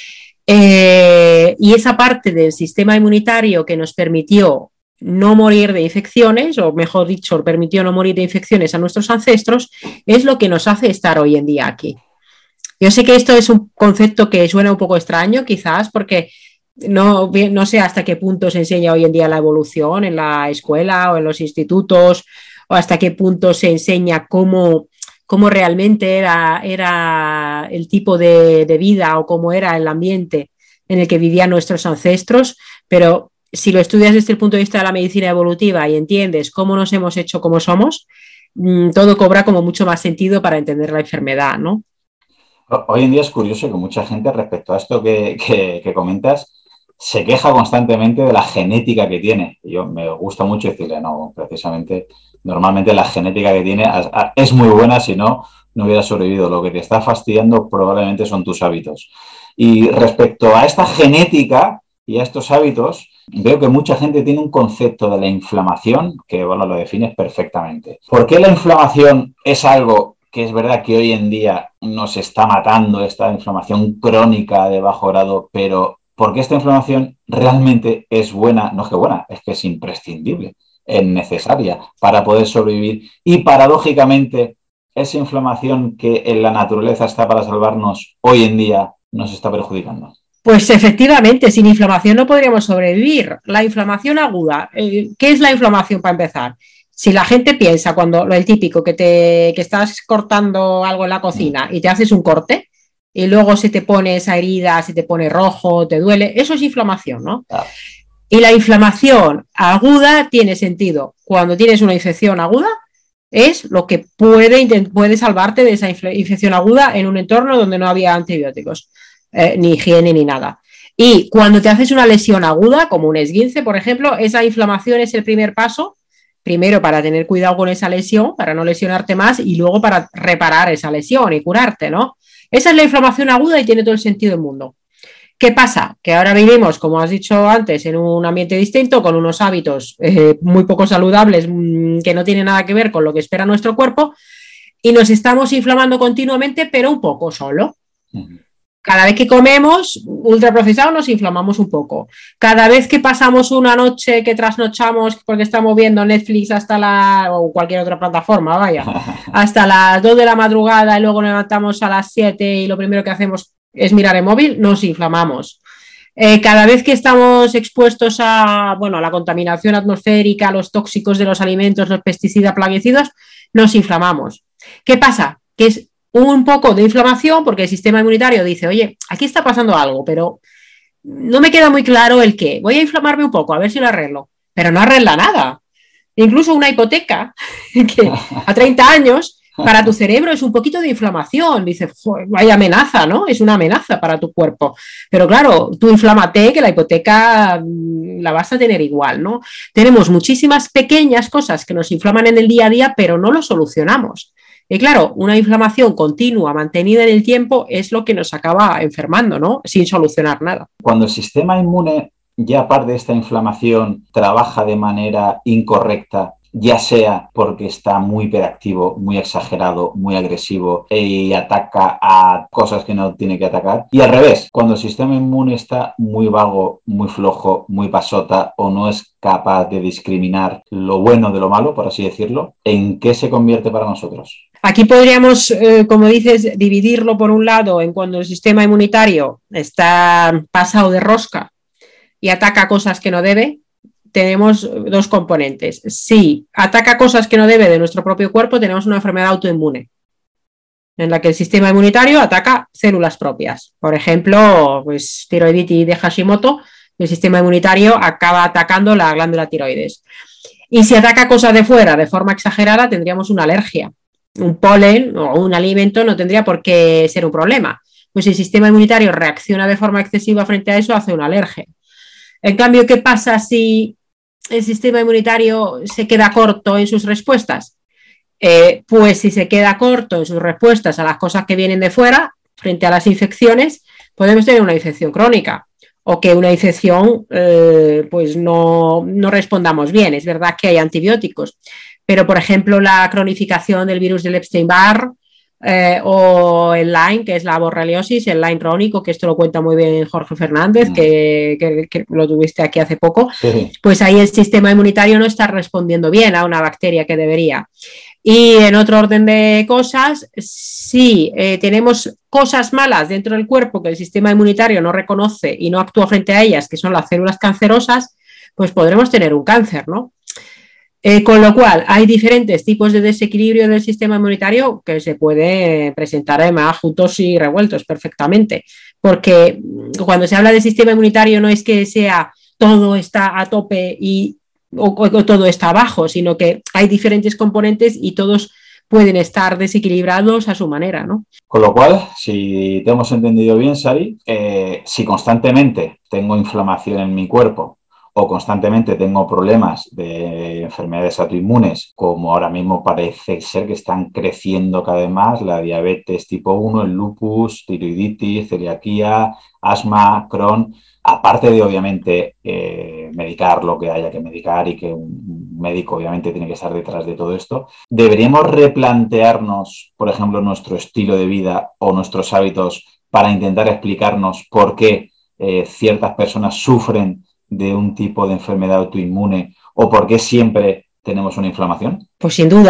S3: Y esa parte del sistema inmunitario que nos permitió no morir de infecciones, o mejor dicho, permitió no morir de infecciones a nuestros ancestros, es lo que nos hace estar hoy en día aquí. Yo sé que esto es un concepto que suena un poco extraño, quizás, porque no sé hasta qué punto se enseña hoy en día la evolución en la escuela o en los institutos, o hasta qué punto se enseña cómo realmente era el tipo de vida o cómo era el ambiente en el que vivían nuestros ancestros, pero si lo estudias desde el punto de vista de la medicina evolutiva y entiendes cómo nos hemos hecho como somos, todo cobra como mucho más sentido para entender la enfermedad, ¿no?
S2: Hoy en día es curioso que mucha gente, respecto a esto que comentas, se queja constantemente de la genética que tiene. Yo me gusta mucho decirle, no, precisamente, normalmente la genética que tiene es muy buena, si no hubiera sobrevivido. Lo que te está fastidiando probablemente son tus hábitos. Y respecto a esta genética y a estos hábitos, veo que mucha gente tiene un concepto de la inflamación que, bueno, lo defines perfectamente. ¿Por qué la inflamación es algo que es verdad que hoy en día nos está matando, esta inflamación crónica de bajo grado, pero por qué esta inflamación realmente es buena? No es que buena, es que es imprescindible, es necesaria para poder sobrevivir? Y paradójicamente, esa inflamación que en la naturaleza está para salvarnos, hoy en día nos está perjudicando.
S3: Pues efectivamente, sin inflamación no podríamos sobrevivir. La inflamación aguda, ¿qué es la inflamación para empezar? Si la gente piensa cuando el típico que estás cortando algo en la cocina y te haces un corte y luego se te pone esa herida, se te pone rojo, te duele, eso es inflamación, ¿no? Y la inflamación aguda tiene sentido. Cuando tienes una infección aguda, es lo que puede salvarte de esa infección aguda en un entorno donde no había antibióticos, ni higiene ni nada. Y cuando te haces una lesión aguda, como un esguince, por ejemplo, esa inflamación es el primer paso, primero para tener cuidado con esa lesión, para no lesionarte más, y luego para reparar esa lesión y curarte, ¿no? Esa es la inflamación aguda y tiene todo el sentido del mundo. ¿Qué pasa? Que ahora vivimos, como has dicho antes, en un ambiente distinto, con unos hábitos muy poco saludables, que no tienen nada que ver con lo que espera nuestro cuerpo, y nos estamos inflamando continuamente, pero un poco solo. Cada vez que comemos ultraprocesado nos inflamamos un poco. Cada vez que pasamos una noche que trasnochamos porque estamos viendo Netflix o cualquier otra plataforma, vaya, hasta las 2 de la madrugada y luego nos levantamos a las 7 y lo primero que hacemos es mirar el móvil, nos inflamamos. Cada vez que estamos expuestos a la contaminación atmosférica, a los tóxicos de los alimentos, los pesticidas, plaguicidas, nos inflamamos. ¿Qué pasa? Que es un poco de inflamación porque el sistema inmunitario dice, oye, aquí está pasando algo, pero no me queda muy claro el qué. Voy a inflamarme un poco, a ver si lo arreglo. Pero no arregla nada. Incluso una hipoteca que a 30 años para tu cerebro es un poquito de inflamación. Dices, vaya amenaza, ¿no? Es una amenaza para tu cuerpo. Pero claro, tú inflámate que la hipoteca la vas a tener igual, ¿no? Tenemos muchísimas pequeñas cosas que nos inflaman en el día a día, pero no lo solucionamos. Y claro, una inflamación continua, mantenida en el tiempo, es lo que nos acaba enfermando, ¿no? Sin solucionar nada.
S2: Cuando el sistema inmune, ya aparte de esta inflamación, trabaja de manera incorrecta, ya sea porque está muy hiperactivo, muy exagerado, muy agresivo y ataca a cosas que no tiene que atacar. Y al revés, cuando el sistema inmune está muy vago, muy flojo, muy pasota o no es capaz de discriminar lo bueno de lo malo, por así decirlo, ¿en qué se convierte para nosotros?
S3: Aquí podríamos, como dices, dividirlo por un lado en cuando el sistema inmunitario está pasado de rosca y ataca cosas que no debe. Tenemos dos componentes. Si ataca cosas que no debe de nuestro propio cuerpo, tenemos una enfermedad autoinmune, en la que el sistema inmunitario ataca células propias. Por ejemplo, pues tiroiditis de Hashimoto, el sistema inmunitario acaba atacando la glándula tiroides. Y si ataca cosas de fuera de forma exagerada, tendríamos una alergia. Un polen o un alimento no tendría por qué ser un problema. Pues si el sistema inmunitario reacciona de forma excesiva frente a eso, hace una alergia. En cambio, ¿qué pasa si el sistema inmunitario se queda corto en sus respuestas? Pues si se queda corto en sus respuestas a las cosas que vienen de fuera, frente a las infecciones, podemos tener una infección crónica o que una infección pues no respondamos bien. Es verdad que hay antibióticos, pero por ejemplo la cronificación del virus del Epstein-Barr o el Lyme, que es la borreliosis, el Lyme crónico, que esto lo cuenta muy bien Jorge Fernández, que lo tuviste aquí hace poco, sí. Pues ahí el sistema inmunitario no está respondiendo bien a una bacteria que debería. Y en otro orden de cosas, si tenemos cosas malas dentro del cuerpo que el sistema inmunitario no reconoce y no actúa frente a ellas, que son las células cancerosas, pues podremos tener un cáncer, ¿no? Con lo cual, hay diferentes tipos de desequilibrio del sistema inmunitario que se puede presentar además juntos y revueltos perfectamente, porque cuando se habla del sistema inmunitario no es que sea todo está a tope o todo está abajo, sino que hay diferentes componentes y todos pueden estar desequilibrados a su manera, ¿no?
S2: Con lo cual, si te hemos entendido bien, Sari, si constantemente tengo inflamación en mi cuerpo o constantemente tengo problemas de enfermedades autoinmunes, como ahora mismo parece ser que están creciendo cada vez más, la diabetes tipo 1, el lupus, tiroiditis, celiaquía, asma, Crohn, aparte de obviamente medicar lo que haya que medicar y que un médico obviamente tiene que estar detrás de todo esto, ¿deberíamos replantearnos, por ejemplo, nuestro estilo de vida o nuestros hábitos para intentar explicarnos por qué ciertas personas sufren de un tipo de enfermedad autoinmune o por qué siempre tenemos una inflamación?
S3: Pues sin duda,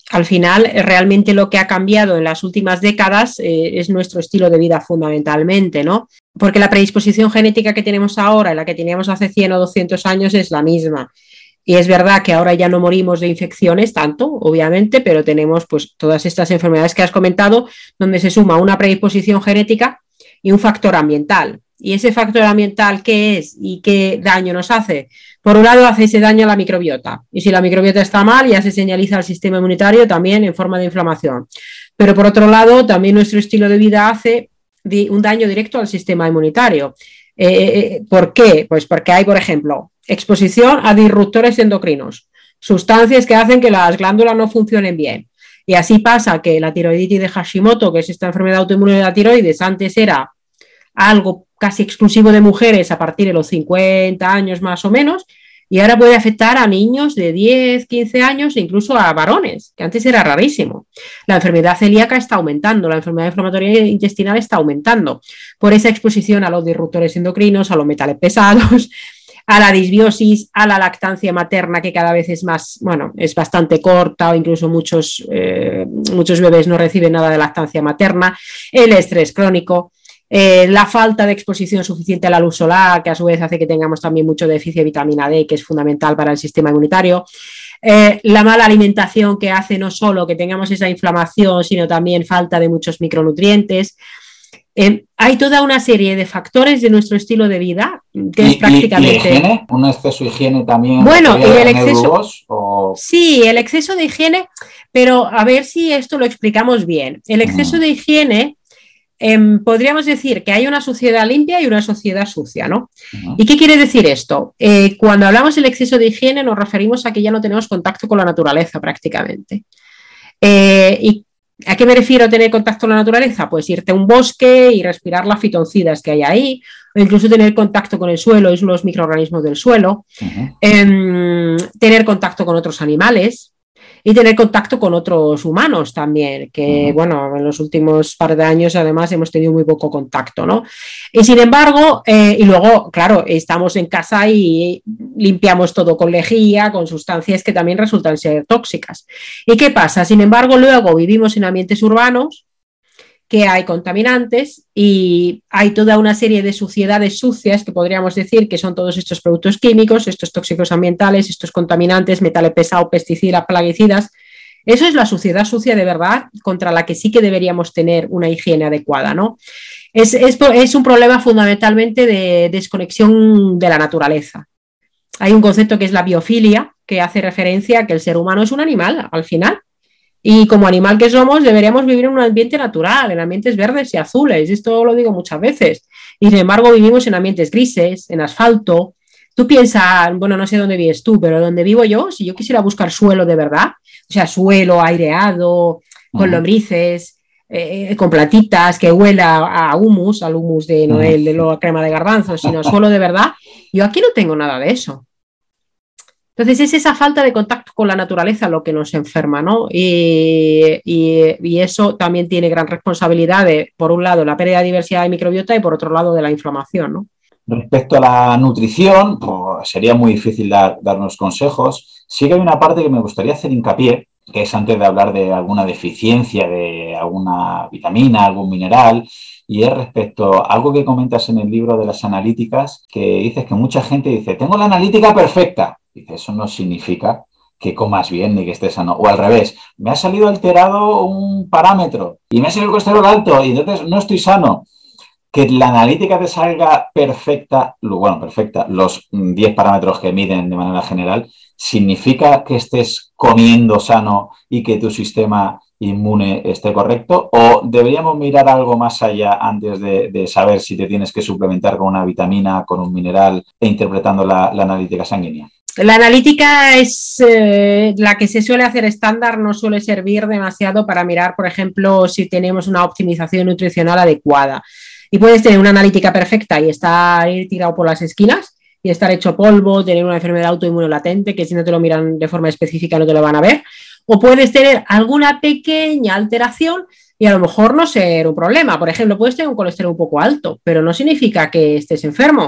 S3: al final realmente lo que ha cambiado en las últimas décadas es nuestro estilo de vida fundamentalmente, ¿no? Porque la predisposición genética que tenemos ahora y la que teníamos hace 100 o 200 años es la misma. Y es verdad que ahora ya no morimos de infecciones tanto, obviamente, pero tenemos pues todas estas enfermedades que has comentado, donde se suma una predisposición genética y un factor ambiental. ¿Y ese factor ambiental qué es y qué daño nos hace? Por un lado, hace ese daño a la microbiota. Y si la microbiota está mal, ya se señaliza al sistema inmunitario también en forma de inflamación. Pero por otro lado, también nuestro estilo de vida hace un daño directo al sistema inmunitario. ¿Por qué? Pues porque hay, por ejemplo, exposición a disruptores endocrinos, sustancias que hacen que las glándulas no funcionen bien. Y así pasa que la tiroiditis de Hashimoto, que es esta enfermedad autoinmune de la tiroides, antes era algo casi exclusivo de mujeres a partir de los 50 años más o menos, y ahora puede afectar a niños de 10, 15 años e incluso a varones, que antes era rarísimo. La enfermedad celíaca está aumentando, la enfermedad inflamatoria intestinal está aumentando por esa exposición a los disruptores endocrinos, a los metales pesados, a la disbiosis, a la lactancia materna que cada vez es más, bueno, es bastante corta o incluso muchos bebés no reciben nada de lactancia materna, el estrés crónico, la falta de exposición suficiente a la luz solar, que a su vez hace que tengamos también mucho déficit de vitamina D, que es fundamental para el sistema inmunitario, la mala alimentación que hace no solo que tengamos esa inflamación, sino también falta de muchos micronutrientes. Hay toda una serie de factores de nuestro estilo de vida que es prácticamente...
S2: ¿Y higiene? ¿Un exceso de higiene también?
S3: Bueno, y el exceso...
S2: ¿o?
S3: Sí, el exceso de higiene, pero a ver si esto lo explicamos bien. El exceso de higiene... podríamos decir que hay una sociedad limpia y una sociedad sucia, ¿no? ¿Y qué quiere decir esto? Cuando hablamos del exceso de higiene nos referimos a que ya no tenemos contacto con la naturaleza prácticamente. ¿Y a qué me refiero a tener contacto con la naturaleza? Pues irte a un bosque y respirar las fitoncidas que hay ahí, o incluso tener contacto con el suelo, es los microorganismos del suelo, tener contacto con otros animales, y tener contacto con otros humanos también, que bueno, en los últimos par de años además hemos tenido muy poco contacto, ¿no? Y sin embargo, y luego, claro, estamos en casa y limpiamos todo con lejía, con sustancias que también resultan ser tóxicas. ¿Y qué pasa? Sin embargo, luego vivimos en ambientes urbanos que hay contaminantes y hay toda una serie de suciedades sucias que podríamos decir que son todos estos productos químicos, estos tóxicos ambientales, estos contaminantes, metales pesados, pesticidas, plaguicidas. Eso es la suciedad sucia de verdad contra la que sí que deberíamos tener una higiene adecuada, ¿no? Es un problema fundamentalmente de desconexión de la naturaleza. Hay un concepto que es la biofilia, que hace referencia a que el ser humano es un animal al final. Y como animal que somos, deberíamos vivir en un ambiente natural, en ambientes verdes y azules. Esto lo digo muchas veces. Y sin embargo, vivimos en ambientes grises, en asfalto. Tú piensas, bueno, no sé dónde vives tú, pero donde vivo yo, si yo quisiera buscar suelo de verdad, o sea, suelo aireado, con lombrices, con plantitas, que huela a humus, al humus de Noel, de la crema de garbanzos, sino suelo de verdad, yo aquí no tengo nada de eso. Entonces es esa falta de contacto con la naturaleza lo que nos enferma, ¿no? Y eso también tiene gran responsabilidad de, por un lado, la pérdida de diversidad de microbiota y por otro lado, de la inflamación, ¿no?
S2: Respecto a la nutrición, pues sería muy difícil darnos consejos. Sí que hay una parte que me gustaría hacer hincapié, que es antes de hablar de alguna deficiencia de alguna vitamina, algún mineral, y es respecto a algo que comentas en el libro de las analíticas, que dices que mucha gente dice, tengo la analítica perfecta. Dice, eso no significa que comas bien ni que estés sano. O al revés, me ha salido alterado un parámetro y me ha salido el colesterol alto y entonces no estoy sano. Que la analítica te salga perfecta, los 10 parámetros que miden de manera general, ¿significa que estés comiendo sano y que tu sistema inmune esté correcto? ¿O deberíamos mirar algo más allá antes de saber si te tienes que suplementar con una vitamina, con un mineral e interpretando la analítica sanguínea?
S3: La analítica es la que se suele hacer estándar, no suele servir demasiado para mirar, por ejemplo, si tenemos una optimización nutricional adecuada. Y puedes tener una analítica perfecta y estar tirado por las esquinas y estar hecho polvo, tener una enfermedad autoinmune latente que si no te lo miran de forma específica no te lo van a ver. O puedes tener alguna pequeña alteración y a lo mejor no ser un problema. Por ejemplo, puedes tener un colesterol un poco alto, pero no significa que estés enfermo.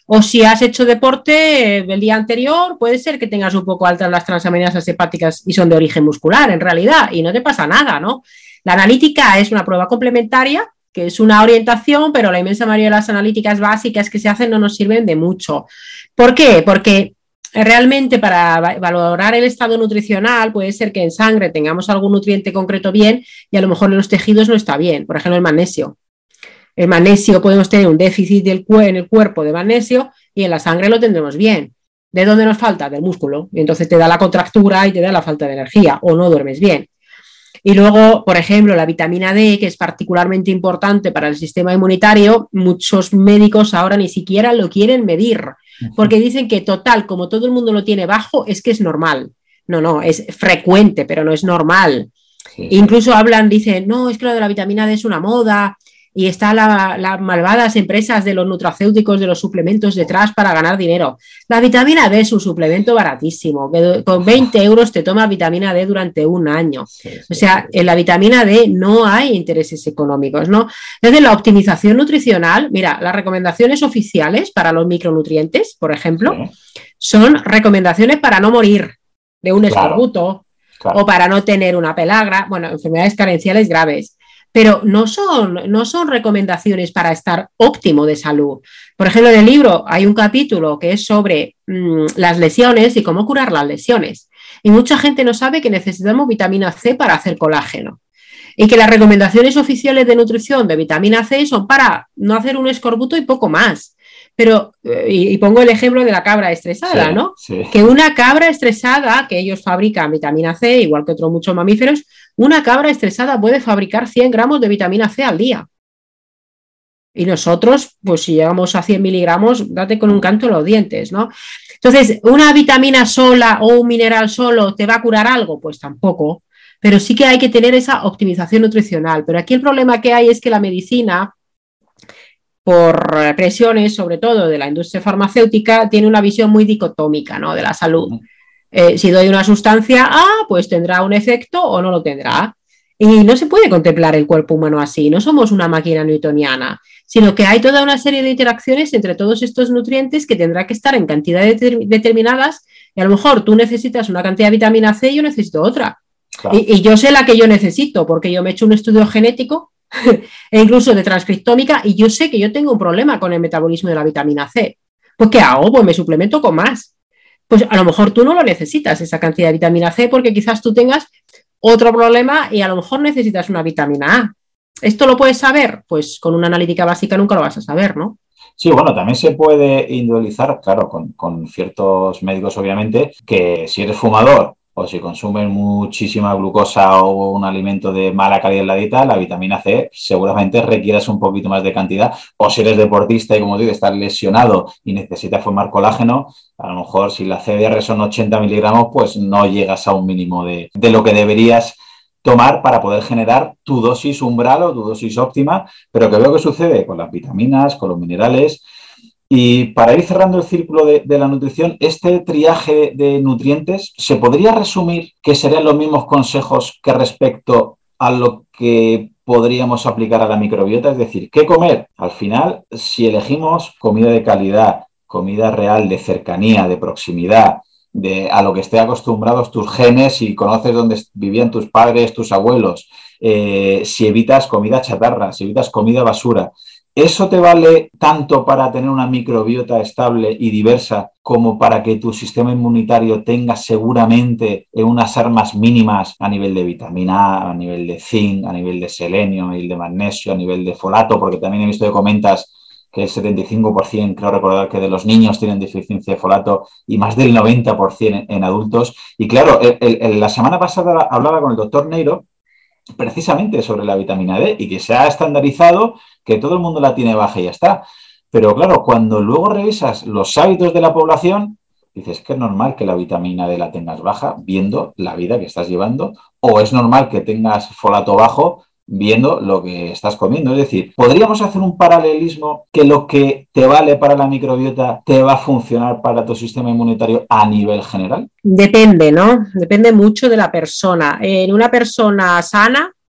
S3: O si has hecho deporte el día anterior, puede ser que tengas un poco altas las transaminasas hepáticas y son de origen muscular, en realidad, y no te pasa nada, ¿no? La analítica es una prueba complementaria, que es una orientación, pero la inmensa mayoría de las analíticas básicas que se hacen no nos sirven de mucho. ¿Por qué? Porque realmente para valorar el estado nutricional puede ser que en sangre tengamos algún nutriente concreto bien y a lo mejor en los tejidos no está bien. Por ejemplo, el magnesio. El magnesio podemos tener un déficit en el cuerpo de magnesio y en la sangre lo tendremos bien. ¿De dónde nos falta? Del músculo. Y entonces te da la contractura y te da la falta de energía o no duermes bien. Y luego, por ejemplo, la vitamina D, que es particularmente importante para el sistema inmunitario, muchos médicos ahora ni siquiera lo quieren medir, porque dicen que total, como todo el mundo lo tiene bajo, es que es normal. No, es frecuente, pero no es normal. Sí. Incluso dicen, no, es que lo de la vitamina D es una moda, y están las malvadas empresas de los nutracéuticos, de los suplementos detrás para ganar dinero. La vitamina D es un suplemento baratísimo, que con 20 euros te tomas vitamina D durante un año. O sea, en la vitamina D no hay intereses económicos, ¿no? Entonces, la optimización nutricional, mira, las recomendaciones oficiales para los micronutrientes, por ejemplo, son recomendaciones para no morir de un escorbuto o para no tener una pelagra, bueno, enfermedades carenciales graves. Pero no son recomendaciones para estar óptimo de salud. Por ejemplo, en el libro hay un capítulo que es sobre las lesiones y cómo curar las lesiones. Y mucha gente no sabe que necesitamos vitamina C para hacer colágeno. Y que las recomendaciones oficiales de nutrición de vitamina C son para no hacer un escorbuto y poco más. Pero, y pongo el ejemplo de la cabra estresada, sí, ¿no? Sí. Que una cabra estresada, que ellos fabrican vitamina C, igual que otros muchos mamíferos, una cabra estresada puede fabricar 100 gramos de vitamina C al día. Y nosotros, pues si llegamos a 100 miligramos, date con un canto en los dientes, ¿no? Entonces, ¿una vitamina sola o un mineral solo te va a curar algo? Pues tampoco. Pero sí que hay que tener esa optimización nutricional. Pero aquí el problema que hay es que la medicina, por presiones, sobre todo de la industria farmacéutica, tiene una visión muy dicotómica, ¿no?, de la salud. Si doy una sustancia A, pues tendrá un efecto o no lo tendrá. Y no se puede contemplar el cuerpo humano así, no somos una máquina newtoniana, sino que hay toda una serie de interacciones entre todos estos nutrientes que tendrá que estar en cantidades determinadas y a lo mejor tú necesitas una cantidad de vitamina C y yo necesito otra. Claro. Y yo sé la que yo necesito porque yo me he hecho un estudio genético e incluso de transcriptómica y yo sé que yo tengo un problema con el metabolismo de la vitamina C. Pues ¿qué hago? Pues me suplemento con más. Pues a lo mejor tú no lo necesitas, esa cantidad de vitamina C, porque quizás tú tengas otro problema y a lo mejor necesitas una vitamina A. ¿Esto lo puedes saber? Pues con una analítica básica nunca lo vas a saber, ¿no?
S2: Sí, bueno, también se puede individualizar, claro, con ciertos médicos, obviamente, que si eres fumador o si consumes muchísima glucosa o un alimento de mala calidad en la dieta, la vitamina C seguramente requieras un poquito más de cantidad. O si eres deportista y, como digo, estás lesionado y necesitas formar colágeno, a lo mejor si la CDR son 80 miligramos, pues no llegas a un mínimo de lo que deberías tomar para poder generar tu dosis umbral o tu dosis óptima. Pero que veo que sucede con las vitaminas, con los minerales. Y para ir cerrando el círculo de la nutrición, este triaje de nutrientes, ¿se podría resumir que serían los mismos consejos que respecto a lo que podríamos aplicar a la microbiota? Es decir, ¿qué comer? Al final, si elegimos comida de calidad, comida real, de cercanía, de proximidad, a lo que estén acostumbrados tus genes y conoces dónde vivían tus padres, tus abuelos, si evitas comida chatarra, si evitas comida basura, ¿eso te vale tanto para tener una microbiota estable y diversa como para que tu sistema inmunitario tenga seguramente unas armas mínimas a nivel de vitamina A, a nivel de zinc, a nivel de selenio, a nivel de magnesio, a nivel de folato? Porque también he visto que comentas que el 75%, creo recordar, que de los niños tienen deficiencia de folato y más del 90% en adultos. Y claro, la semana pasada hablaba con el doctor Neiro precisamente sobre la vitamina D y que se ha estandarizado que todo el mundo la tiene baja y ya está. Pero claro, cuando luego revisas los hábitos de la población, dices que es normal que la vitamina D la tengas baja viendo la vida que estás llevando, o es normal que tengas folato bajo viendo lo que estás comiendo. Es decir, ¿podríamos hacer un paralelismo que lo que te vale para la microbiota te va a funcionar para tu sistema inmunitario a nivel general?
S3: Depende, ¿no? Depende mucho de la persona. En una persona sana,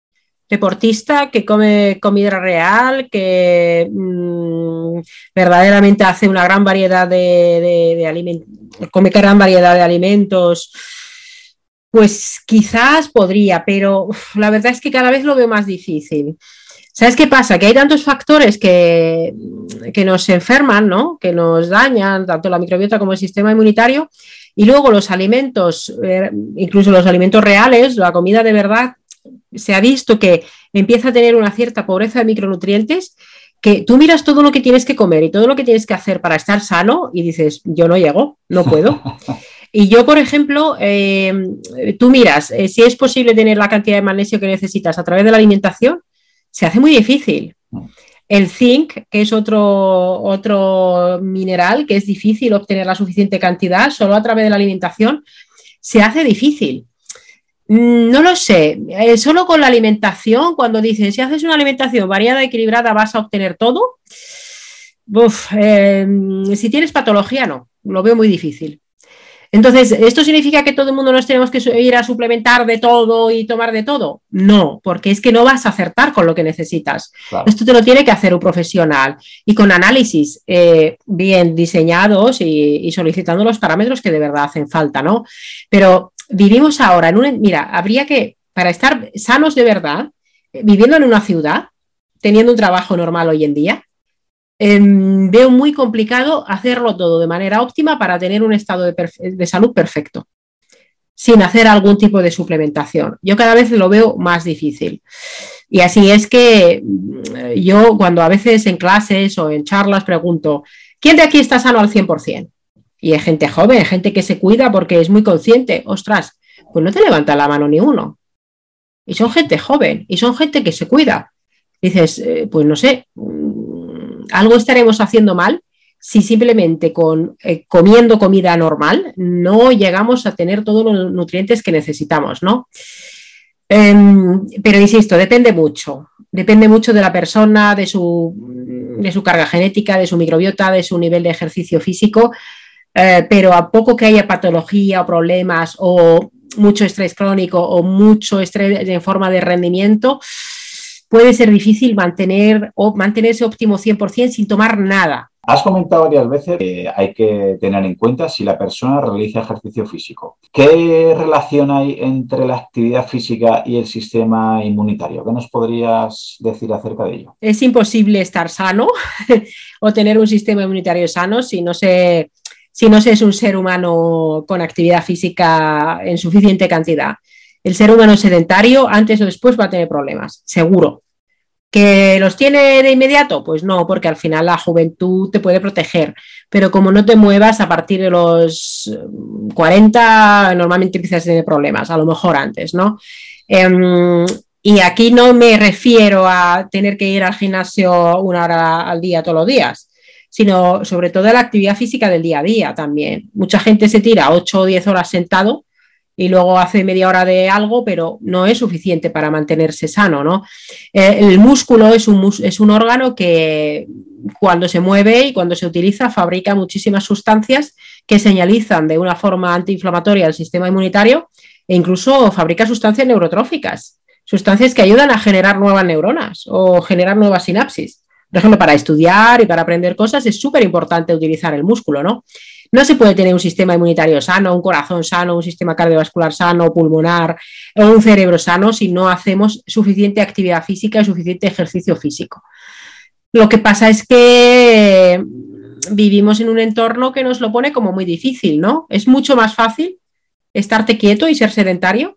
S3: deportista que come comida real, que verdaderamente hace una gran variedad de alimentos, come gran variedad de alimentos, pues quizás podría, pero la verdad es que cada vez lo veo más difícil. ¿Sabes qué pasa? Que hay tantos factores que nos enferman, ¿no? Que nos dañan, tanto la microbiota como el sistema inmunitario, y luego los alimentos, incluso los alimentos reales, la comida de verdad, se ha visto que empieza a tener una cierta pobreza de micronutrientes, que tú miras todo lo que tienes que comer y todo lo que tienes que hacer para estar sano y dices, yo no llego, no puedo. Y yo, por ejemplo, tú miras si es posible tener la cantidad de magnesio que necesitas a través de la alimentación, se hace muy difícil. El zinc, que es otro mineral que es difícil obtener la suficiente cantidad, solo a través de la alimentación, se hace difícil. No lo sé, solo con la alimentación, cuando dicen si haces una alimentación variada, equilibrada, vas a obtener todo. Si tienes patología, no, lo veo muy difícil. Entonces, ¿esto significa que todo el mundo nos tenemos que ir a suplementar de todo y tomar de todo? No, porque es que no vas a acertar con lo que necesitas. Claro. Esto te lo tiene que hacer un profesional y con análisis bien diseñados y solicitando los parámetros que de verdad hacen falta, ¿no? Pero vivimos ahora mira, habría que, para estar sanos de verdad, viviendo en una ciudad, teniendo un trabajo normal hoy en día, veo muy complicado hacerlo todo de manera óptima para tener un estado de salud perfecto, sin hacer algún tipo de suplementación. Yo cada vez lo veo más difícil. Y así es que yo cuando a veces en clases o en charlas pregunto, ¿quién de aquí está sano al 100%? Y hay gente joven, gente que se cuida porque es muy consciente. Ostras, pues no te levanta la mano ni uno. Y son gente joven, y son gente que se cuida. Dices, pues no sé, algo estaremos haciendo mal si simplemente comiendo comida normal no llegamos a tener todos los nutrientes que necesitamos, ¿no? Pero insisto, depende mucho de la persona, de su carga genética, de su microbiota, de su nivel de ejercicio físico, pero a poco que haya patología o problemas o mucho estrés crónico o mucho estrés en forma de rendimiento, puede ser difícil mantenerse óptimo 100% sin tomar nada.
S2: Has comentado varias veces que hay que tener en cuenta si la persona realiza ejercicio físico. ¿Qué relación hay entre la actividad física y el sistema inmunitario? ¿Qué nos podrías decir acerca de ello?
S3: Es imposible estar sano o tener un sistema inmunitario sano si no se es un ser humano con actividad física en suficiente cantidad. El ser humano sedentario antes o después va a tener problemas, seguro. ¿Que los tiene de inmediato? Pues no, porque al final la juventud te puede proteger, pero como no te muevas a partir de los 40 normalmente empiezas a tener problemas, a lo mejor antes, ¿no? Y aquí no me refiero a tener que ir al gimnasio 1 hora al día todos los días, sino sobre todo a la actividad física del día a día también. Mucha gente se tira 8 o 10 horas sentado y luego hace media hora de algo, pero no es suficiente para mantenerse sano, ¿no? El músculo es un órgano que cuando se mueve y cuando se utiliza fabrica muchísimas sustancias que señalizan de una forma antiinflamatoria al sistema inmunitario e incluso fabrica sustancias neurotróficas, sustancias que ayudan a generar nuevas neuronas o generar nuevas sinapsis. Por ejemplo, para estudiar y para aprender cosas es súper importante utilizar el músculo, ¿no? No se puede tener un sistema inmunitario sano, un corazón sano, un sistema cardiovascular sano, pulmonar o un cerebro sano si no hacemos suficiente actividad física y suficiente ejercicio físico. Lo que pasa es que vivimos en un entorno que nos lo pone como muy difícil, ¿no? Es mucho más fácil estarte quieto y ser sedentario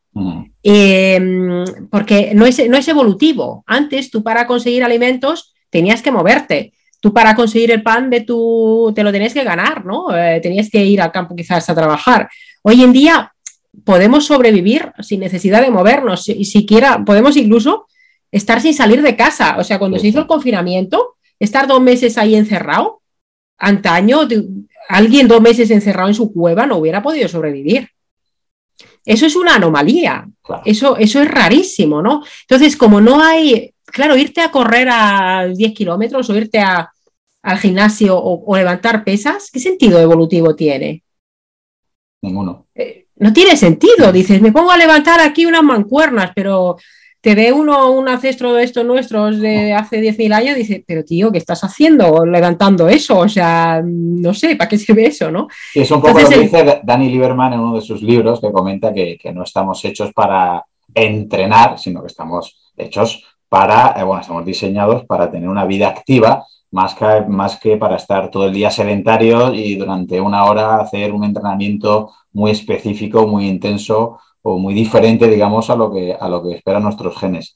S3: porque no es evolutivo. Antes tú para conseguir alimentos tenías que moverte. Tú para conseguir el pan te lo tenías que ganar, ¿no? Tenías que ir al campo quizás a trabajar. Hoy en día podemos sobrevivir sin necesidad de movernos y siquiera podemos incluso estar sin salir de casa. O sea, cuando se hizo el confinamiento, estar 2 meses ahí encerrado, antaño alguien 2 meses encerrado en su cueva no hubiera podido sobrevivir. Eso es una anomalía. Claro. Eso es rarísimo, ¿no? Entonces, como no hay... Claro, irte a correr a 10 kilómetros o irte al gimnasio o levantar pesas, ¿qué sentido evolutivo tiene?
S2: Ninguno.
S3: No tiene sentido. Dices, me pongo a levantar aquí unas mancuernas, pero te ve un ancestro de estos nuestros de hace 10.000 años y dice, pero tío, ¿qué estás haciendo levantando eso? O sea, no sé, ¿para qué se ve eso, no?
S2: Y es un poco lo que dice Dani Lieberman en uno de sus libros, que comenta que no estamos hechos para entrenar, sino que estamos hechos para, estamos diseñados para tener una vida activa, más que para estar todo el día sedentario y durante una hora hacer un entrenamiento muy específico, muy intenso o muy diferente, digamos, a lo que esperan nuestros genes.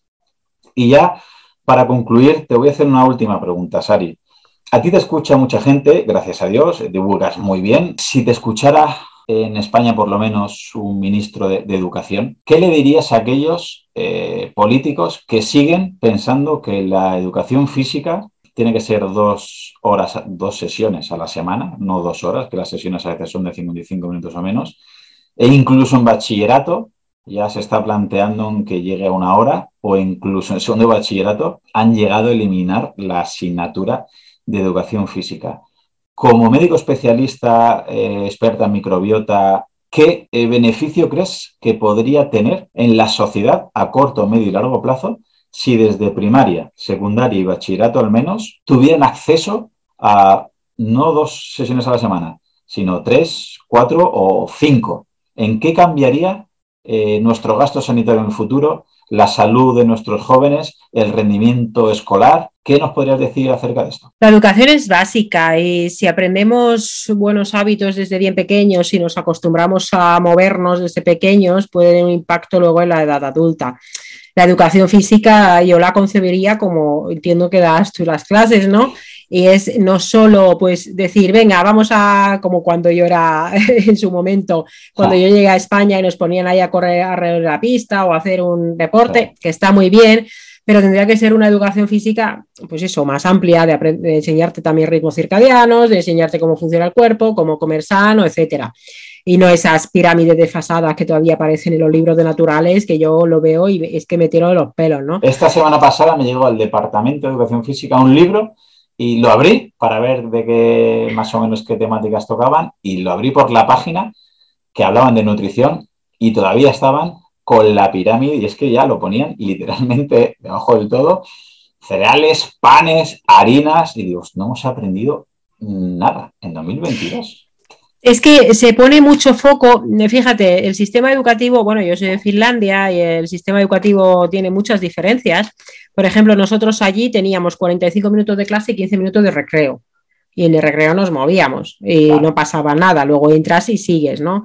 S2: Y ya, para concluir, te voy a hacer una última pregunta, Sari. A ti te escucha mucha gente, gracias a Dios, divulgas muy bien. Si te escuchara en España, por lo menos, un ministro de Educación, ¿qué le dirías a aquellos políticos que siguen pensando que la educación física tiene que ser 2 horas, 2 sesiones a la semana, no 2 horas, que las sesiones a veces son de 55 minutos o menos, e incluso en bachillerato ya se está planteando que llegue a 1 hora, o incluso en segundo de bachillerato han llegado a eliminar la asignatura de educación física. Como médico especialista, experta en microbiota, ¿qué beneficio crees que podría tener en la sociedad a corto, medio y largo plazo si desde primaria, secundaria y bachillerato al menos tuvieran acceso a no 2 sesiones a la semana, sino 3, 4 o 5? ¿En qué cambiaría nuestro gasto sanitario en el futuro, la salud de nuestros jóvenes, el rendimiento escolar? ¿Qué nos podrías decir acerca de esto?
S3: La educación es básica y si aprendemos buenos hábitos desde bien pequeños y nos acostumbramos a movernos desde pequeños, puede tener un impacto luego en la edad adulta. La educación física yo la concebiría como entiendo que das tú las clases, ¿no? Y es no solo pues decir, venga, vamos a, como cuando yo era en su momento, cuando yo llegué a España y nos ponían ahí a correr alrededor de la pista o a hacer un deporte, que está muy bien, pero tendría que ser una educación física, pues eso, más amplia, de enseñarte también ritmos circadianos, de enseñarte cómo funciona el cuerpo, cómo comer sano, etcétera. Y no esas pirámides desfasadas que todavía aparecen en los libros de naturales, que yo lo veo y es que me tiro de los pelos, ¿no?
S2: Esta semana pasada me llegó al Departamento de Educación Física un libro y lo abrí para ver de qué más o menos qué temáticas tocaban y lo abrí por la página que hablaban de nutrición y todavía estaban con la pirámide y es que ya lo ponían literalmente debajo del todo, cereales, panes, harinas y digo, no hemos aprendido nada en 2022.
S3: Es que se pone mucho foco, fíjate, el sistema educativo, bueno, yo soy de Finlandia y el sistema educativo tiene muchas diferencias. Por ejemplo, nosotros allí teníamos 45 minutos de clase y 15 minutos de recreo. Y en el recreo nos movíamos y no pasaba nada, luego entras y sigues, ¿no?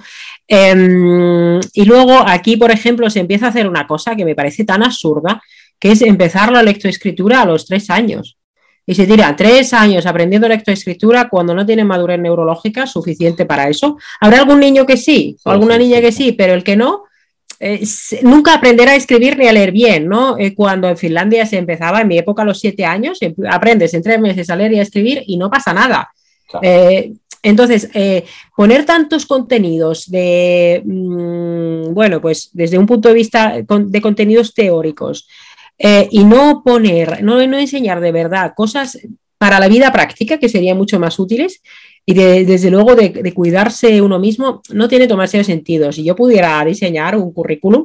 S3: Y luego aquí, por ejemplo, se empieza a hacer una cosa que me parece tan absurda, que es empezar la lectoescritura a los 3 años. Y se tira 3 años aprendiendo lectoescritura cuando no tiene madurez neurológica suficiente para eso. Habrá algún niño que sí, o alguna niña que sí, pero el que no, nunca aprenderá a escribir ni a leer bien, ¿no? Cuando en Finlandia se empezaba, en mi época a los 7 años, aprendes en 3 meses a leer y a escribir y no pasa nada. Claro. Entonces, poner tantos contenidos bueno, pues desde un punto de vista de contenidos teóricos, y no enseñar de verdad cosas para la vida práctica que serían mucho más útiles y desde luego de cuidarse uno mismo no tiene demasiado sentido. Si yo pudiera diseñar un currículum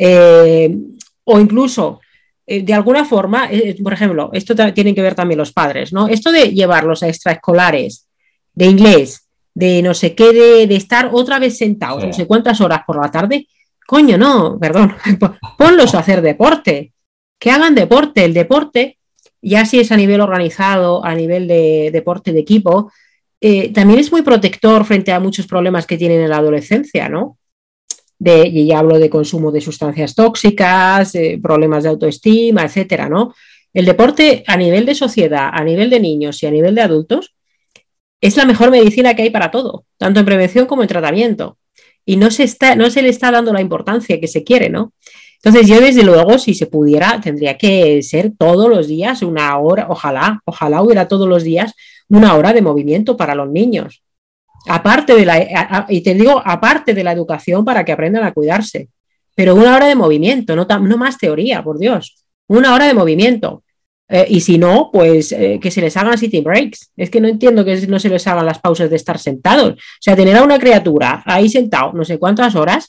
S3: o incluso de alguna forma, por ejemplo, esto tienen que ver también los padres, ¿no? Esto de llevarlos a extraescolares de inglés, de no sé qué, de estar otra vez sentados no sé cuántas horas por la tarde, coño, no, perdón, ponlos a hacer deporte. Que hagan deporte. El deporte, ya si es a nivel organizado, a nivel de deporte de equipo, también es muy protector frente a muchos problemas que tienen en la adolescencia, ¿no? Y ya hablo de consumo de sustancias tóxicas, problemas de autoestima, etcétera, ¿no? El deporte a nivel de sociedad, a nivel de niños y a nivel de adultos es la mejor medicina que hay para todo, tanto en prevención como en tratamiento. Y no se le está dando la importancia que se quiere, ¿no? Entonces yo desde luego, si se pudiera, tendría que ser todos los días 1 hora, ojalá hubiera todos los días 1 hora de movimiento para los niños. Aparte de la educación para que aprendan a cuidarse, pero 1 hora de movimiento, no más teoría, por Dios, 1 hora de movimiento. Y si no, pues que se les hagan sitting breaks. Es que no entiendo que no se les hagan las pausas de estar sentados. O sea, tener a una criatura ahí sentado no sé cuántas horas,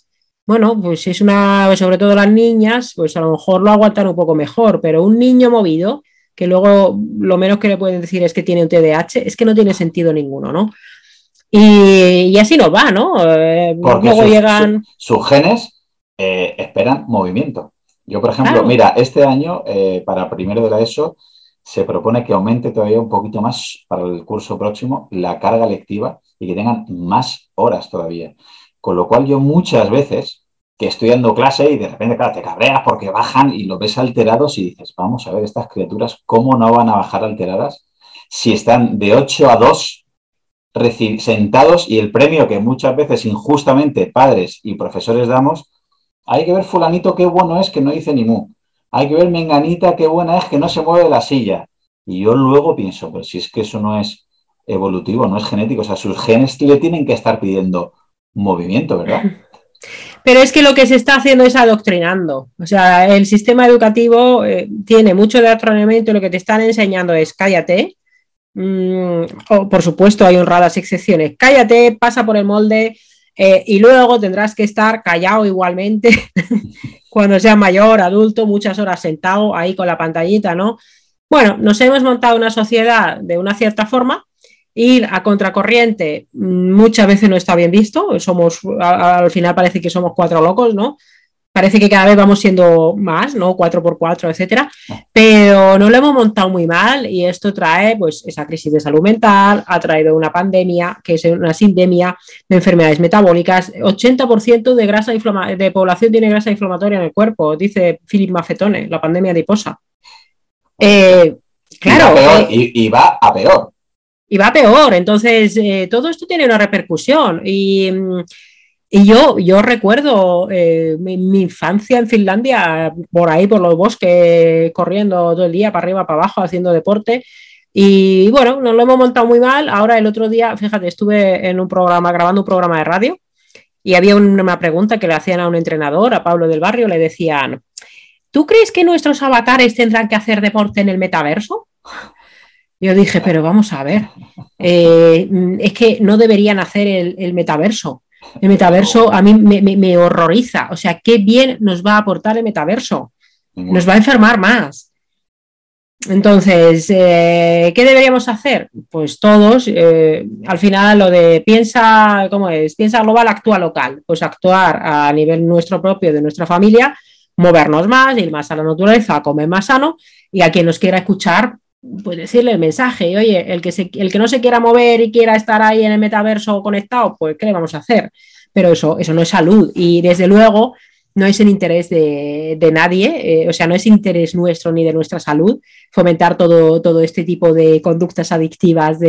S3: bueno, pues si es sobre todo las niñas, pues a lo mejor lo aguantan un poco mejor, pero un niño movido, que luego lo menos que le pueden decir es que tiene un TDAH, es que no tiene sentido ninguno, ¿no? Y así nos va, ¿no?
S2: Porque
S3: luego llegan...
S2: sus genes esperan movimiento. Yo, por ejemplo,
S3: Claro.
S2: mira, este año, para primero de la ESO, se propone que aumente todavía un poquito más para el curso próximo la carga lectiva y que tengan más horas todavía. Con lo cual yo muchas veces que estoy dando clase y de repente, claro, te cabreas porque bajan y lo ves alterados y dices, vamos a ver, estas criaturas, ¿cómo no van a bajar alteradas si están de 8 a 2 sentados y el premio que muchas veces injustamente padres y profesores damos, hay que ver fulanito qué bueno es que no dice ni mu, hay que ver menganita qué buena es que no se mueve la silla. Y yo luego pienso, pero si es que eso no es evolutivo, no es genético, o sea, sus genes le tienen que estar pidiendo movimiento, ¿verdad?
S3: Pero es que lo que se está haciendo es adoctrinando. O sea, el sistema educativo tiene mucho de adoctrinamiento y lo que te están enseñando es cállate. Por supuesto, hay honradas excepciones. Cállate, pasa por el molde y luego tendrás que estar callado igualmente cuando seas mayor, adulto, muchas horas sentado ahí con la pantallita, ¿no? Bueno, nos hemos montado una sociedad de una cierta forma. Ir a contracorriente muchas veces no está bien visto, al final parece que somos 4 locos, ¿no? Parece que cada vez vamos siendo más, ¿no? 4x4, etcétera, pero no lo hemos montado muy mal y esto trae pues esa crisis de salud mental, ha traído una pandemia, que es una sindemia de enfermedades metabólicas, 80% de grasa de población tiene grasa inflamatoria en el cuerpo, dice Philip Maffetone, la pandemia adiposa. Claro.
S2: Y va a peor.
S3: Y va peor, entonces todo esto tiene una repercusión y yo recuerdo mi infancia en Finlandia, por ahí por los bosques, corriendo todo el día para arriba, para abajo, haciendo deporte y bueno, nos lo hemos montado muy mal. Ahora el otro día, fíjate, estuve en un programa, grabando un programa de radio y había una pregunta que le hacían a un entrenador, a Pablo del Barrio, le decían, ¿tú crees que nuestros avatares tendrán que hacer deporte en el metaverso? Yo dije, pero vamos a ver, es que no deberían hacer el metaverso. El metaverso a mí me horroriza. O sea, ¿qué bien nos va a aportar el metaverso? Nos va a enfermar más. Entonces, ¿qué deberíamos hacer? Pues todos, al final lo de piensa global, actúa local. Pues actuar a nivel nuestro propio, de nuestra familia, movernos más, ir más a la naturaleza, comer más sano y a quien nos quiera escuchar, pues decirle el mensaje, oye, el que no se quiera mover y quiera estar ahí en el metaverso conectado, pues ¿qué le vamos a hacer? Pero eso no es salud y desde luego no es el interés de nadie, o sea, no es interés nuestro ni de nuestra salud fomentar todo este tipo de conductas adictivas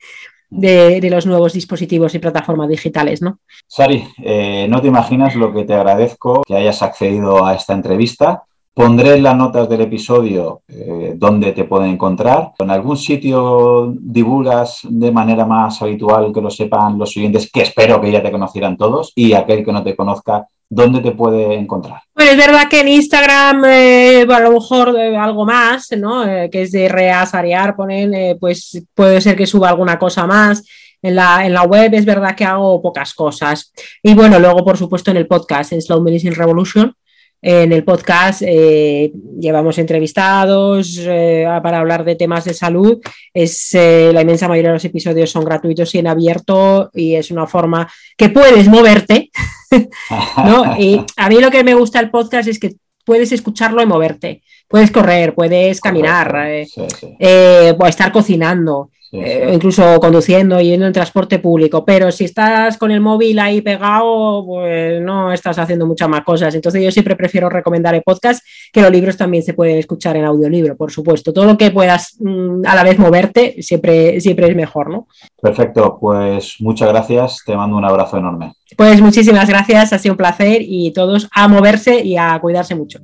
S3: de los nuevos dispositivos y plataformas digitales, ¿no?
S2: Sari, no te imaginas lo que te agradezco que hayas accedido a esta entrevista. Pondré en las notas del episodio dónde te pueden encontrar. ¿En algún sitio divulgas de manera más habitual que lo sepan los siguientes, que espero que ya te conocieran todos, y aquel que no te conozca, dónde te puede encontrar?
S3: Bueno, es verdad que en Instagram a lo mejor algo más, ¿no? Que es de Reasariar, ponen, pues puede ser que suba alguna cosa más. En la web es verdad que hago pocas cosas. Y bueno, luego por supuesto en el podcast, en Slow Medicine Revolution, en el podcast llevamos entrevistados para hablar de temas de salud. La inmensa mayoría de los episodios son gratuitos y en abierto y es una forma que puedes moverte, ¿no? Y a mí lo que me gusta del podcast es que puedes escucharlo y moverte. Puedes correr, puedes caminar, puedes estar cocinando. Incluso conduciendo y yendo en transporte público, pero si estás con el móvil ahí pegado, pues no estás haciendo muchas más cosas. Entonces yo siempre prefiero recomendar el podcast, que los libros también se pueden escuchar en audiolibro, por supuesto. Todo lo que puedas a la vez moverte siempre es mejor, ¿no?
S2: Perfecto, pues muchas gracias, te mando un abrazo enorme.
S3: Pues muchísimas gracias, ha sido un placer y todos a moverse y a cuidarse mucho.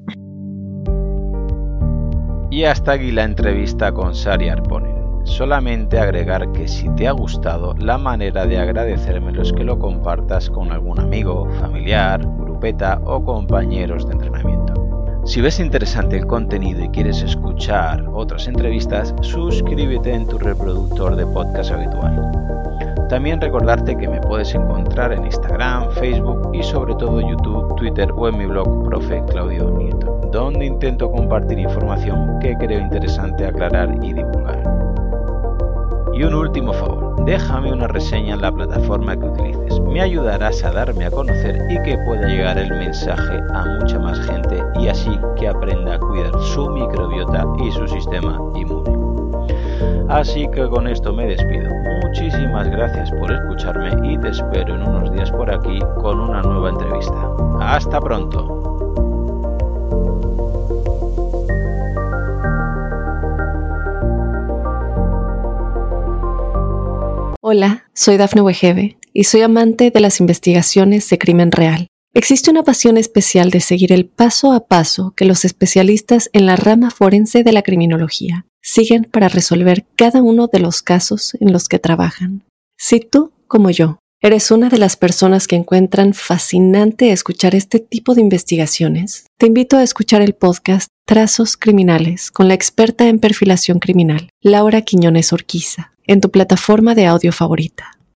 S4: Y hasta aquí la entrevista con Sari Arponen. Solamente agregar que si te ha gustado, la manera de agradecérmelo es que lo compartas con algún amigo, familiar, grupeta o compañeros de entrenamiento. Si ves interesante el contenido y quieres escuchar otras entrevistas, suscríbete en tu reproductor de podcast habitual. También recordarte que me puedes encontrar en Instagram, Facebook y sobre todo YouTube, Twitter o en mi blog Profe Claudio Nieto, donde intento compartir información que creo interesante aclarar y divulgar. Y un último favor, déjame una reseña en la plataforma que utilices. Me ayudarás a darme a conocer y que pueda llegar el mensaje a mucha más gente y así que aprenda a cuidar su microbiota y su sistema inmune. Así que con esto me despido. Muchísimas gracias por escucharme y te espero en unos días por aquí con una nueva entrevista. ¡Hasta pronto!
S1: Hola, soy Dafne Wegebe y soy amante de las investigaciones de crimen real. Existe una pasión especial de seguir el paso a paso que los especialistas en la rama forense de la criminología siguen para resolver cada uno de los casos en los que trabajan. Si tú, como yo, eres una de las personas que encuentran fascinante escuchar este tipo de investigaciones, te invito a escuchar el podcast Trazos Criminales con la experta en perfilación criminal, Laura Quiñones Orquiza, en tu plataforma de audio favorita.